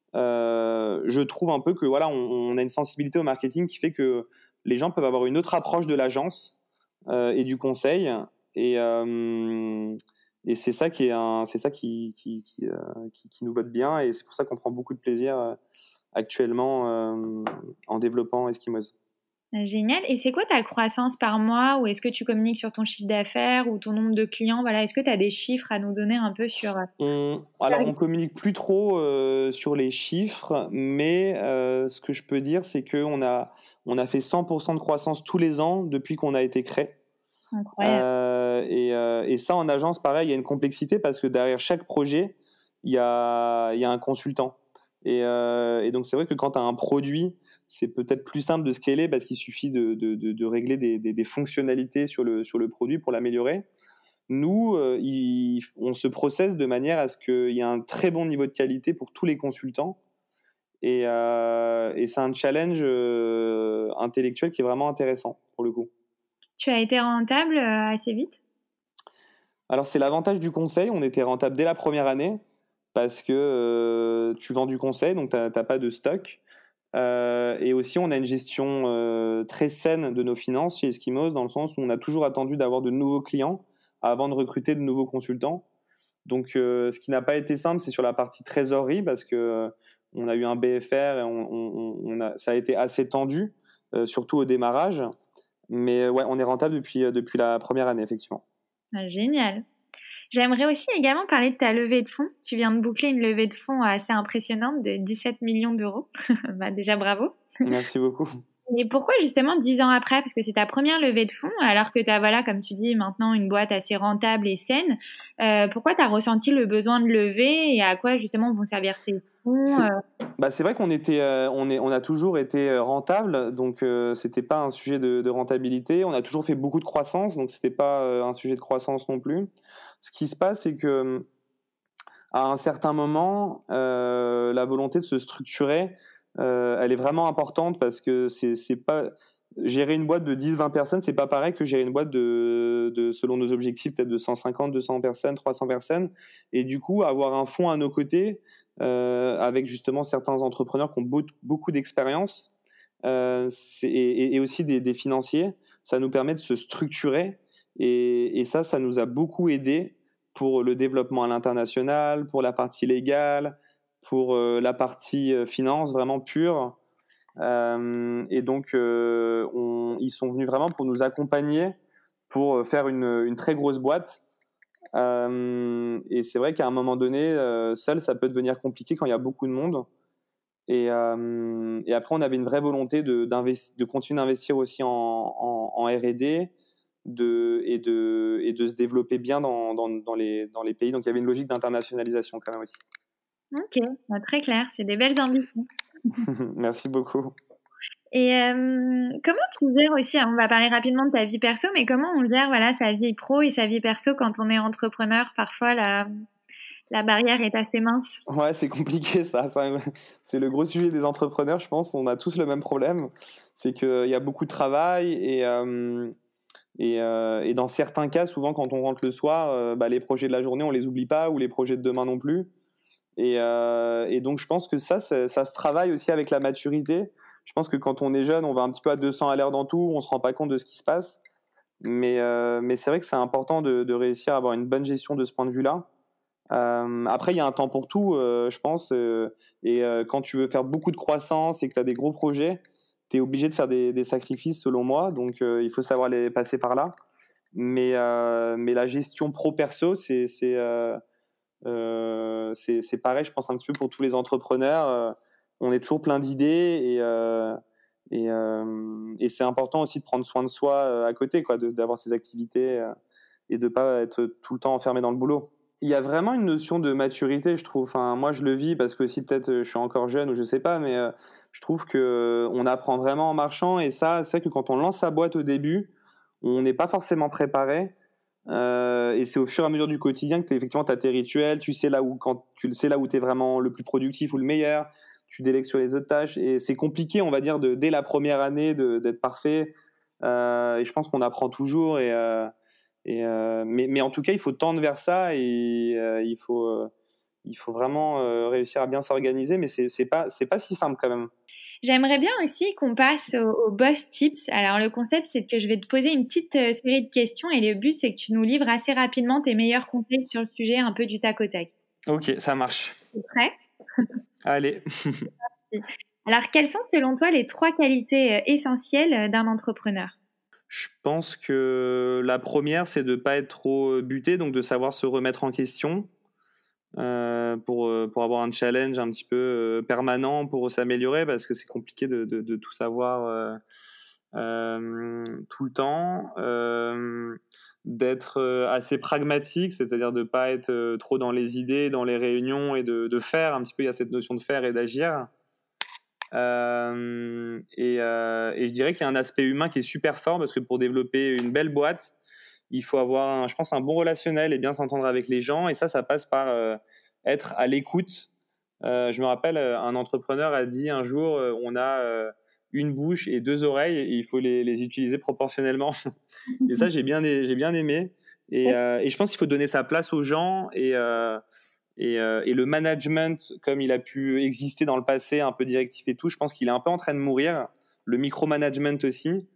Speaker 2: euh, je trouve un peu que voilà, on, on a une sensibilité au marketing qui fait que les gens peuvent avoir une autre approche de l'agence euh, et du conseil. Et, euh, et c'est ça qui est un, c'est ça qui qui, qui, euh, qui qui nous botte bien. Et c'est pour ça qu'on prend beaucoup de plaisir euh, actuellement euh, en développant Eskimos.
Speaker 1: Génial. Et c'est quoi ta croissance par mois? Ou est-ce que tu communiques sur ton chiffre d'affaires ou ton nombre de clients? Voilà, est-ce que tu as des chiffres à nous donner un peu sur...
Speaker 2: On, alors, on communique plus trop euh, sur les chiffres, mais euh, ce que je peux dire, c'est qu'on a, on a fait cent pour cent de croissance tous les ans depuis qu'on a été créé.
Speaker 1: Incroyable.
Speaker 2: Euh, et, euh, et ça, en agence, pareil, il y a une complexité parce que derrière chaque projet, il y a, il y a un consultant. Et, euh, et donc, c'est vrai que quand tu as un produit, c'est peut-être plus simple de scaler parce qu'il suffit de, de, de, de régler des, des, des fonctionnalités sur le, sur le produit pour l'améliorer. Nous, euh, il, on se processe de manière à ce qu'il y ait un très bon niveau de qualité pour tous les consultants. Et, euh, et c'est un challenge euh, intellectuel qui est vraiment intéressant pour le coup.
Speaker 1: Tu as été rentable euh, assez vite?
Speaker 2: Alors c'est l'avantage du conseil, on était rentable dès la première année parce que euh, tu vends du conseil, donc tu n'as pas de stock. Euh, et aussi on a une gestion euh, très saine de nos finances chez Eskimos dans le sens où on a toujours attendu d'avoir de nouveaux clients avant de recruter de nouveaux consultants. Donc, euh, ce qui n'a pas été simple, c'est sur la partie trésorerie parce que euh, on a eu un B F R et on, on, on a, ça a été assez tendu, euh, surtout au démarrage. Mais ouais, on est rentable depuis, euh, depuis la première année, effectivement.
Speaker 1: Ah, génial. J'aimerais aussi également parler de ta levée de fonds. Tu viens de boucler une levée de fonds assez impressionnante de dix-sept millions d'euros. Bah, déjà bravo.
Speaker 2: Merci beaucoup.
Speaker 1: Et pourquoi justement dix ans après? Parce que c'est ta première levée de fonds, alors que tu as, voilà, comme tu dis, maintenant une boîte assez rentable et saine. Euh, pourquoi tu as ressenti le besoin de lever et à quoi justement vont servir ces fonds?
Speaker 2: C'est
Speaker 1: euh
Speaker 2: bah, c'est vrai qu'on était, euh, on est, on a toujours été euh, rentable, donc euh, c'était pas un sujet de, de rentabilité. On a toujours fait beaucoup de croissance, donc c'était pas euh, un sujet de croissance non plus. Ce qui se passe, c'est que à un certain moment, euh, la volonté de se structurer, euh, elle est vraiment importante parce que c'est, c'est pas gérer une boîte de dix vingt personnes, c'est pas pareil que gérer une boîte de, de selon nos objectifs, peut-être de cent cinquante deux cents personnes, trois cents personnes. Et du coup, avoir un fonds à nos côtés, euh, avec justement certains entrepreneurs qui ont beau, beaucoup d'expérience, euh, c'est, et, et aussi des, des financiers, ça nous permet de se structurer. Et, et ça, ça nous a beaucoup aidé pour le développement à l'international, pour la partie légale, pour euh, la partie euh, finance vraiment pure. Euh, et donc, euh, on, ils sont venus vraiment pour nous accompagner, pour faire une, une très grosse boîte. Euh, et c'est vrai qu'à un moment donné, euh, seul, ça peut devenir compliqué quand il y a beaucoup de monde. Et, euh, et après, on avait une vraie volonté de, de continuer d'investir aussi en, en, en R et D de, et, de, et de se développer bien dans, dans, dans, les, dans les pays. Donc, il y avait une logique d'internationalisation quand même aussi.
Speaker 1: Ok, bah, très clair, c'est des belles ambitions.
Speaker 2: Merci beaucoup.
Speaker 1: Et euh, comment tu gères aussi, on va parler rapidement de ta vie perso, mais comment on gère voilà, sa vie pro et sa vie perso quand on est entrepreneur? Parfois, la, la barrière est assez mince.
Speaker 2: Ouais, c'est compliqué ça. ça. C'est le gros sujet des entrepreneurs, je pense. On a tous le même problème. C'est qu'il y a beaucoup de travail et, euh, et, euh, et dans certains cas, souvent quand on rentre le soir, euh, bah, les projets de la journée, on les oublie pas ou les projets de demain non plus. Et, euh, et donc, je pense que ça, ça, ça se travaille aussi avec la maturité. Je pense que quand on est jeune, on va un petit peu à deux cents à l'heure dans tout, on se rend pas compte de ce qui se passe. Mais, euh, mais c'est vrai que c'est important de, de réussir à avoir une bonne gestion de ce point de vue-là. Euh, après, il y a un temps pour tout, euh, je pense. Euh, et euh, quand tu veux faire beaucoup de croissance et que tu as des gros projets, tu es obligé de faire des, des sacrifices, selon moi. Donc, euh, il faut savoir les passer par là. Mais, euh, mais la gestion pro-perso, c'est, c'est, euh, euh, c'est, c'est pareil, je pense, un petit peu pour tous les entrepreneurs. Euh, on est toujours plein d'idées et, euh, et, euh, et c'est important aussi de prendre soin de soi euh, à côté, quoi, de, d'avoir ses activités euh, et de pas être tout le temps enfermé dans le boulot. Il y a vraiment une notion de maturité, je trouve. Enfin, moi, je le vis parce que si peut-être euh, je suis encore jeune ou je sais pas, mais euh, je trouve que euh, on apprend vraiment en marchant. Et ça, c'est vrai que quand on lance sa boîte au début, on n'est pas forcément préparé. Euh, et c'est au fur et à mesure du quotidien que t'es, effectivement, tu as tes rituels, tu sais là où, quand, tu sais là où tu es vraiment le plus productif ou le meilleur, tu délègues sur les autres tâches. Et c'est compliqué, on va dire, de, dès la première année de, d'être parfait. Euh, et je pense qu'on apprend toujours. Et, euh, et, euh, mais, mais en tout cas, il faut tendre vers ça et euh, il, faut, euh, il faut vraiment euh, réussir à bien s'organiser. Mais c'est, c'est pas, c'est pas si simple quand même.
Speaker 1: J'aimerais bien aussi qu'on passe au, au boss tips. Alors le concept, c'est que je vais te poser une petite euh, série de questions et le but, c'est que tu nous livres assez rapidement tes meilleurs conseils sur le sujet, un peu du tac au tac.
Speaker 2: Ok, ça marche.
Speaker 1: Tu es prêt?
Speaker 2: Allez.
Speaker 1: Alors, quelles sont selon toi les trois qualités euh, essentielles euh, d'un entrepreneur?
Speaker 2: Je pense que la première, c'est de ne pas être trop buté, donc de savoir se remettre en question euh, pour, euh, pour avoir un challenge un petit peu euh, permanent pour s'améliorer, parce que c'est compliqué de, de, de tout savoir euh, euh, tout le temps. Euh, d'être euh, assez pragmatique, c'est-à-dire de ne pas être euh, trop dans les idées, dans les réunions et de, de faire un petit peu, il y a cette notion de faire et d'agir. Euh, et, euh, et je dirais qu'il y a un aspect humain qui est super fort parce que pour développer une belle boîte, il faut avoir, un, je pense, un bon relationnel et bien s'entendre avec les gens. Et ça, ça passe par euh, être à l'écoute. Euh, je me rappelle, un entrepreneur a dit un jour, euh, on a euh, une bouche et deux oreilles et il faut les, les utiliser proportionnellement. Et ça, j'ai bien, j'ai bien aimé. Et, euh, et je pense qu'il faut donner sa place aux gens et euh, et, euh, et le management, comme il a pu exister dans le passé, un peu directif et tout, je pense qu'il est un peu en train de mourir. Le micromanagement aussi.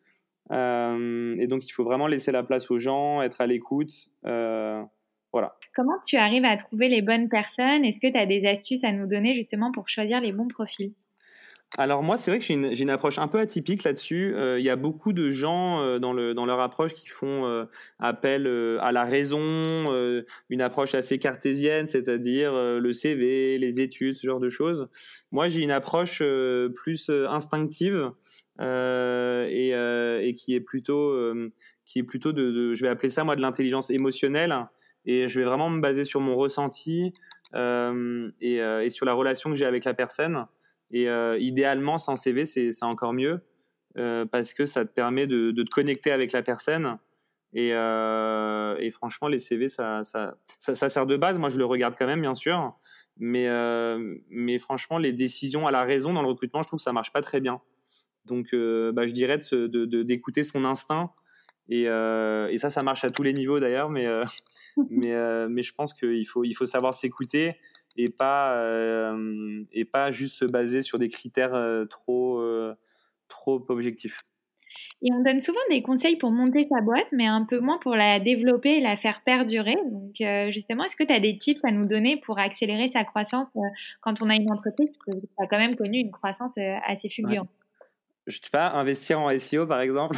Speaker 2: Euh, et donc, il faut vraiment laisser la place aux gens, être à l'écoute. Euh, voilà.
Speaker 1: Comment tu arrives à trouver les bonnes personnes? Est-ce que tu as des astuces à nous donner justement pour choisir les bons profils?
Speaker 2: Alors moi, c'est vrai que j'ai une, j'ai une approche un peu atypique là-dessus. Euh, Il y a beaucoup de gens euh, dans, le, dans leur approche qui font euh, appel euh, à la raison, euh, une approche assez cartésienne, c'est-à-dire euh, le C V, les études, ce genre de choses. Moi, j'ai une approche euh, plus euh, instinctive euh, et, euh, et qui est plutôt, euh, qui est plutôt de, de, je vais appeler ça moi de l'intelligence émotionnelle. Et je vais vraiment me baser sur mon ressenti euh, et, euh, et sur la relation que j'ai avec la personne. Et euh, idéalement, sans C V, c'est, c'est encore mieux euh, parce que ça te permet de, de te connecter avec la personne. Et, euh, et franchement, les C V, ça, ça, ça, ça sert de base. Moi, je le regarde quand même, bien sûr. Mais, euh, mais franchement, les décisions à la raison dans le recrutement, je trouve que ça marche pas très bien. Donc, euh, bah, je dirais de, se- de, de- d'écouter son instinct. Et, euh, et ça, ça marche à tous les niveaux d'ailleurs. Mais, euh, mais, euh, mais je pense qu'il faut, il faut savoir s'écouter et pas, euh, et pas juste se baser sur des critères euh, trop, euh, trop objectifs.
Speaker 1: Et on donne souvent des conseils pour monter sa boîte, mais un peu moins pour la développer et la faire perdurer. Donc, euh, justement, est-ce que tu as des tips à nous donner pour accélérer sa croissance euh, quand on a une entreprise? Parce que tu as quand même connu une croissance euh, assez
Speaker 2: Ouais.
Speaker 1: fulgurante.
Speaker 2: Je sais pas, investir en S E O par exemple.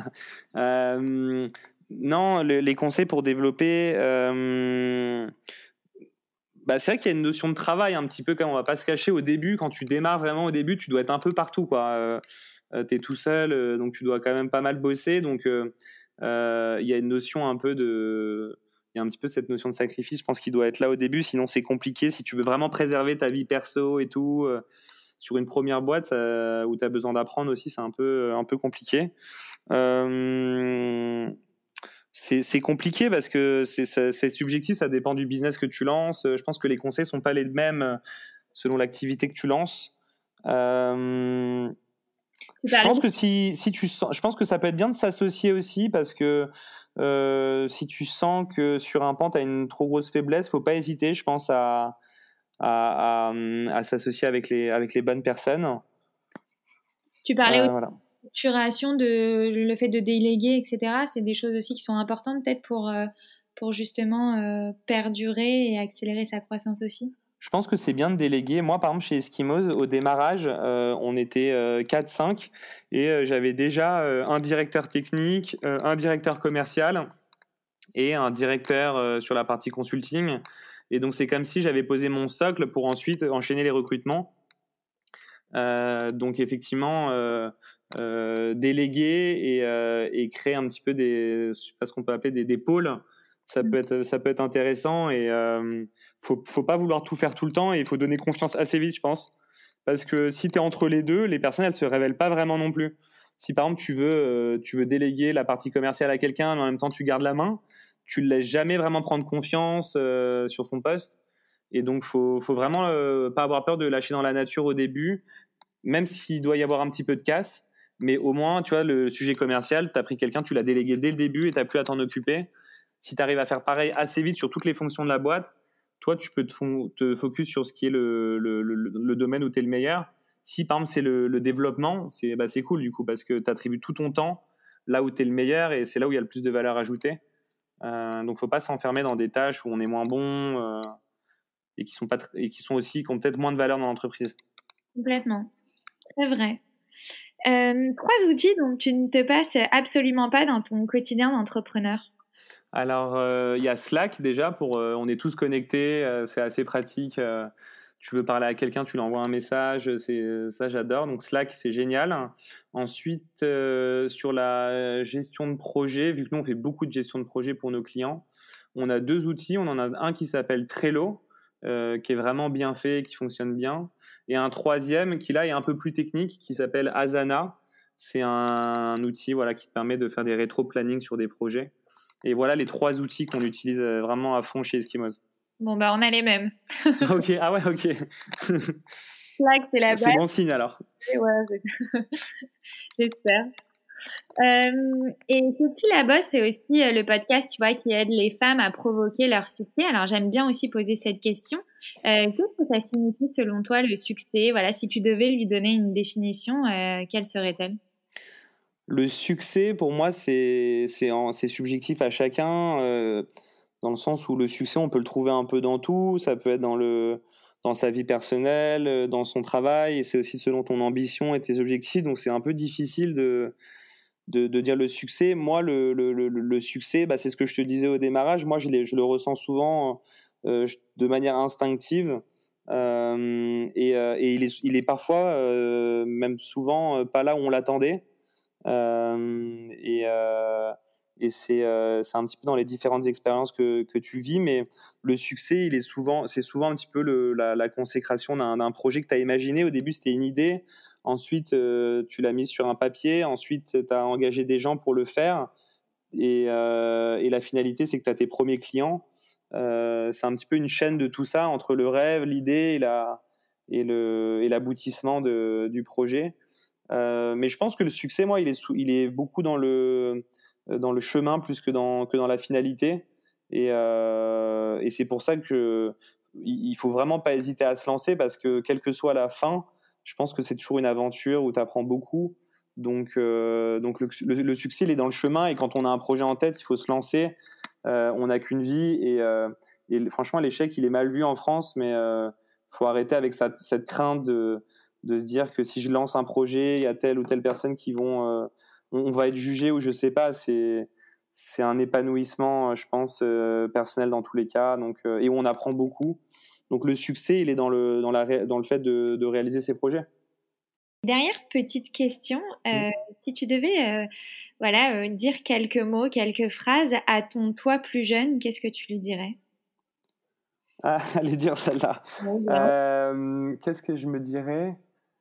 Speaker 2: euh, non, le, les conseils pour développer. Euh, bah, c'est vrai qu'il y a une notion de travail un petit peu, comme on va pas se cacher au début. Quand tu démarres vraiment au début, tu dois être un peu partout, quoi. Euh, euh, t'es tout seul, euh, donc tu dois quand même pas mal bosser. Donc euh, euh, il y a une notion un peu de, il y a un petit peu cette notion de sacrifice. Je pense qu'il doit être là au début, sinon c'est compliqué. Si tu veux vraiment préserver ta vie perso et tout, euh, sur une première boîte ça, où tu as besoin d'apprendre aussi, c'est un peu, un peu compliqué. Euh, c'est, c'est compliqué parce que c'est, c'est, c'est subjectif, ça dépend du business que tu lances. Je pense que les conseils sont pas les mêmes selon l'activité que tu lances. Euh,
Speaker 1: Tu
Speaker 2: je
Speaker 1: parlais
Speaker 2: pense que si, si tu sens, je pense que ça peut être bien de s'associer aussi parce que euh, si tu sens que sur un pan tu as une trop grosse faiblesse, faut pas hésiter, je pense à à, à, à s'associer avec les avec les bonnes personnes.
Speaker 1: Tu parlais aussi
Speaker 2: Euh, voilà.
Speaker 1: de structuration, de le fait de déléguer, et cetera. C'est des choses aussi qui sont importantes peut-être pour, euh, pour justement euh, perdurer et accélérer sa croissance aussi?
Speaker 2: Je pense que c'est bien de déléguer. Moi, par exemple, chez Eskimos, au démarrage, euh, on était euh, quatre cinq et euh, j'avais déjà euh, un directeur technique, euh, un directeur commercial et un directeur euh, sur la partie consulting. Et donc, c'est comme si j'avais posé mon socle pour ensuite enchaîner les recrutements. Euh, donc, effectivement, euh, euh, déléguer et, euh, et créer un petit peu des, je sais pas ce qu'on peut appeler des, des pôles. Ça peut être, ça peut être intéressant et euh, faut, faut pas vouloir tout faire tout le temps et il faut donner confiance assez vite, je pense. Parce que si tu es entre les deux, les personnes, elles se révèlent pas vraiment non plus. Si par exemple, tu veux, euh, tu veux déléguer la partie commerciale à quelqu'un, mais en même temps, tu gardes la main, tu le laisses jamais vraiment prendre confiance euh, sur son poste. Et donc, faut, faut vraiment euh, pas avoir peur de lâcher dans la nature au début, même s'il doit y avoir un petit peu de casse. Mais au moins, tu vois, le sujet commercial, tu as pris quelqu'un, tu l'as délégué dès le début et tu plus à t'en occuper. Si tu arrives à faire pareil assez vite sur toutes les fonctions de la boîte, toi, tu peux te, fon- te focus sur ce qui est le, le, le, le domaine où tu es le meilleur. Si, par exemple, c'est le, le développement, c'est bah, c'est cool du coup, parce que tu attribues tout ton temps là où tu es le meilleur et c'est là où il y a le plus de valeur ajoutée. Euh, donc, faut pas s'enfermer dans des tâches où on est moins bon euh, et, qui sont pas tr- et qui sont aussi, qui ont peut-être moins de valeur dans l'entreprise.
Speaker 1: Complètement, c'est vrai. Euh, trois outils dont tu ne te passes absolument pas dans ton quotidien d'entrepreneur.
Speaker 2: Alors, euh, il y a Slack déjà, pour, euh, on est tous connectés, euh, c'est assez pratique. Euh, tu veux parler à quelqu'un, tu lui envoies un message, c'est, ça j'adore. Donc Slack, c'est génial. Ensuite, euh, sur la gestion de projet, vu que nous on fait beaucoup de gestion de projet pour nos clients, on a deux outils. On en a un qui s'appelle Trello, euh, qui est vraiment bien fait, qui fonctionne bien, et un troisième qui là est un peu plus technique, qui s'appelle Asana. C'est un, un outil voilà qui te permet de faire des rétro-planning sur des projets. Et voilà les trois outils qu'on utilise vraiment à fond chez Eskimos.
Speaker 1: Bon, bah, on a les mêmes.
Speaker 2: Ok, ah ouais, ok.
Speaker 1: Slack, c'est la
Speaker 2: C'est
Speaker 1: base.
Speaker 2: bon signe alors.
Speaker 1: Ouais, j'espère. Euh, et Ceci la bosse, c'est aussi euh, le podcast, tu vois, qui aide les femmes à provoquer leur succès. Alors, j'aime bien aussi poser cette question. Euh, qu'est-ce que ça signifie selon toi le succès? Voilà, si tu devais lui donner une définition, euh, quelle serait-elle?
Speaker 2: Le succès, pour moi, c'est c'est en- c'est subjectif à chacun, euh, dans le sens où le succès, on peut le trouver un peu dans tout. Ça peut être dans le dans sa vie personnelle, euh, dans son travail, et c'est aussi selon ton ambition et tes objectifs. Donc, c'est un peu difficile de de, de dire le succès. Moi, le, le, le, le succès, bah, c'est ce que je te disais au démarrage. Moi, je, l'ai- je le ressens souvent euh, de manière instinctive. Euh, et, euh, et il, est, il est parfois, euh, même souvent, euh, pas là où on l'attendait. Euh, et euh, et c'est euh, c'est un petit peu dans les différentes expériences que, que tu vis, mais le succès, il est souvent, c'est souvent un petit peu le, la, la consécration d'un, d'un projet que tu as imaginé. Au début, c'était une idée, ensuite euh, tu l'as mise sur un papier, ensuite tu as engagé des gens pour le faire, et, euh, et la finalité, c'est que tu as tes premiers clients. Euh, c'est un petit peu une chaîne de tout ça entre le rêve, l'idée et la et le et l'aboutissement de, du projet. Euh, mais je pense que le succès, moi, il est, sous, il est beaucoup dans le, dans le chemin plus que dans, que dans la finalité. Et, euh, et c'est pour ça que il faut vraiment pas hésiter à se lancer parce que quelle que soit la fin, je pense que c'est toujours une aventure où tu apprends beaucoup. Donc, euh, donc le, le, le succès, il est dans le chemin et quand on a un projet en tête, il faut se lancer. Euh, on n'a qu'une vie et, euh, et franchement, l'échec, il est mal vu en France, mais euh, faut arrêter avec cette, cette crainte de de se dire que si je lance un projet, il y a telle ou telle personne qui vont, euh, on, on va être jugé ou je sais pas. C'est c'est un épanouissement, je pense, euh, personnel dans tous les cas. Donc euh, et où on apprend beaucoup. Donc le succès, il est dans le dans la dans le fait de, de réaliser ses projets.
Speaker 1: Dernière petite question,
Speaker 2: Mm.
Speaker 1: euh, si tu devais euh, voilà, euh, dire quelques mots, quelques phrases à ton toi plus jeune, qu'est-ce que tu lui dirais?
Speaker 2: Ah, elle est dure celle-là.
Speaker 1: Ouais, bien.
Speaker 2: Euh, Qu'est-ce que je me dirais?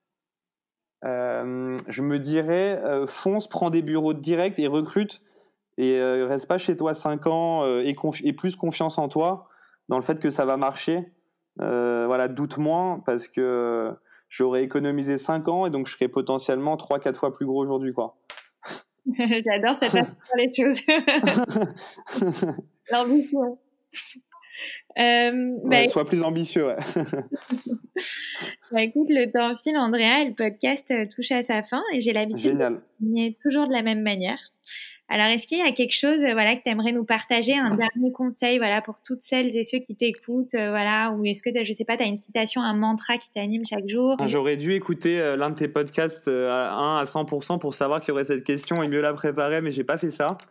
Speaker 2: Euh, je me dirais, euh, fonce, prends des bureaux direct et recrute et euh, reste pas chez toi cinq ans euh, et, confi- et plus confiance en toi dans le fait que ça va marcher. Euh, voilà, doute moins parce que j'aurais économisé cinq ans et donc je serais potentiellement trois quatre fois plus gros aujourd'hui quoi.
Speaker 1: J'adore cette façon de voir les choses. L'ambition. Euh, bah,
Speaker 2: Ouais, sois plus ambitieux, ouais.
Speaker 1: bah, écoute, le temps file, Andrea, et le podcast euh, touche à sa fin et j'ai l'habitude de
Speaker 2: Génial.
Speaker 1: terminer toujours de la même manière. Alors, est-ce qu'il y a quelque chose, euh, voilà, que tu aimerais nous partager, un dernier conseil, voilà, pour toutes celles et ceux qui t'écoutent, euh, voilà, ou est-ce que t'as, je sais pas, tu as une citation, un mantra qui t'anime chaque jour?
Speaker 2: J'aurais dû écouter euh, l'un de tes podcasts euh, à un à cent pour cent pour savoir qu'il y aurait cette question et mieux la préparer, mais j'ai pas fait ça.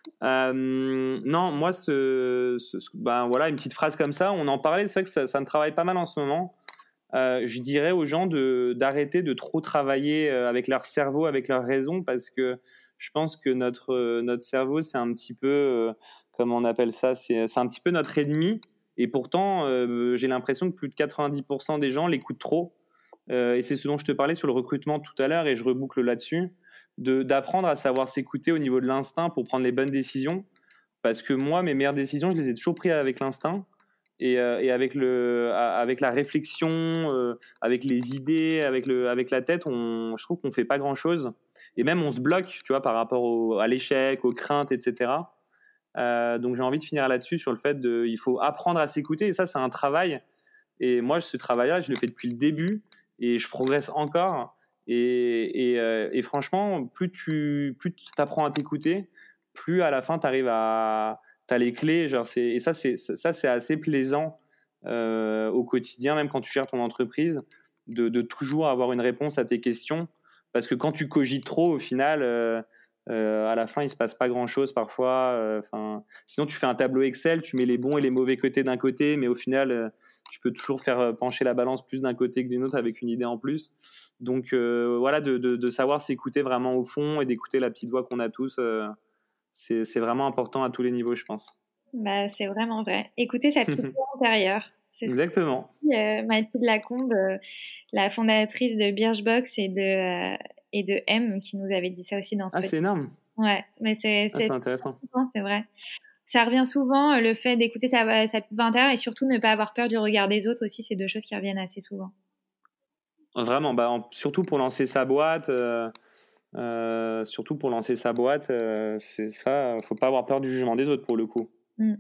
Speaker 2: Euh, non, moi, ce, ce, ce- ben voilà, une petite phrase comme ça, on en parlait, c'est vrai que ça, ça me travaille pas mal en ce moment. Euh, je dirais aux gens de d'arrêter de trop travailler euh, avec leur cerveau, avec leur raison, parce que je pense que notre euh, notre cerveau, c'est un petit peu, euh, comment on appelle ça, c'est c'est un petit peu notre ennemi. Et pourtant, euh, j'ai l'impression que plus de quatre-vingt-dix pour cent des gens l'écoutent trop. Euh, et c'est ce dont je te parlais sur le recrutement tout à l'heure, et je reboucle là-dessus, de d'apprendre à savoir s'écouter au niveau de l'instinct pour prendre les bonnes décisions. Parce que moi, mes meilleures décisions, je les ai toujours prises avec l'instinct et, euh, et avec le, avec la réflexion, euh, avec les idées, avec le, avec la tête, on, je trouve qu'on fait pas grand chose. Et même on se bloque, tu vois, par rapport au, à l'échec, aux craintes, et cetera. Euh, donc j'ai envie de finir là-dessus sur le fait de, il faut apprendre à s'écouter. Et ça, c'est un travail. Et moi, ce travail-là, je le fais depuis le début et je progresse encore. Et, et, euh, et franchement, plus tu, plus tu t'apprends à t'écouter, plus à la fin, tu arrives à, t'as les clés. Genre, c'est, et ça, c'est, ça, c'est assez plaisant euh, au quotidien, même quand tu gères ton entreprise, de, de toujours avoir une réponse à tes questions. Parce que quand tu cogites trop, au final, euh, euh, à la fin, il se passe pas grand-chose parfois. Enfin, euh, sinon, tu fais un tableau Excel, tu mets les bons et les mauvais côtés d'un côté, mais au final, euh, tu peux toujours faire pencher la balance plus d'un côté que d'une autre avec une idée en plus. Donc euh, voilà, de, de, de savoir s'écouter vraiment au fond et d'écouter la petite voix qu'on a tous, euh, c'est, c'est vraiment important à tous les niveaux, je pense.
Speaker 1: Bah, c'est vraiment vrai. Écouter sa petite voix intérieure. C'est ce que
Speaker 2: Exactement.
Speaker 1: dit euh, Mathilde Lacombe, euh, la fondatrice de Birchbox et de, euh, et de M, qui nous avait dit ça aussi dans ce
Speaker 2: Ah,
Speaker 1: podcast.
Speaker 2: c'est énorme.
Speaker 1: Ouais, mais c'est,
Speaker 2: Ah,
Speaker 1: c'est,
Speaker 2: c'est intéressant.
Speaker 1: c'est vrai. Ça revient souvent, euh, le fait d'écouter sa, sa petite voix intérieure et surtout ne pas avoir peur du regard des autres aussi, c'est deux choses qui reviennent assez souvent.
Speaker 2: Vraiment, bah, en, surtout pour lancer sa boîte, euh, euh, surtout pour lancer sa boîte, euh, c'est ça, faut pas avoir peur du jugement des autres pour le coup.
Speaker 1: Mm.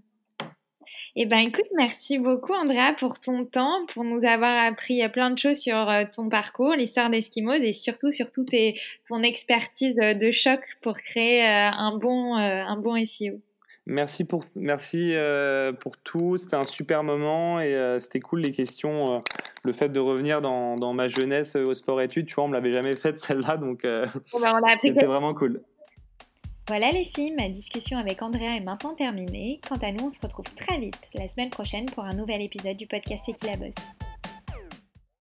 Speaker 1: Eh ben, écoute, merci beaucoup, Andrea, pour ton temps, pour nous avoir appris plein de choses sur euh, ton parcours, l'histoire d'Eskimos et surtout, surtout tes, ton expertise euh, de choc pour créer euh, un bon, euh, un bon S E O.
Speaker 2: Merci pour, merci euh, pour tout. C'était un super moment et euh, c'était cool les questions. Euh, le fait de revenir dans, dans ma jeunesse euh, au sport-études, tu vois, on me l'avait jamais faite celle-là, donc euh,
Speaker 1: Bon, ben, on a appris
Speaker 2: c'était vraiment cool.
Speaker 1: Voilà les filles, ma discussion avec Andrea est maintenant terminée. Quant à nous, on se retrouve très vite la semaine prochaine pour un nouvel épisode du podcast C'est qui la bosse.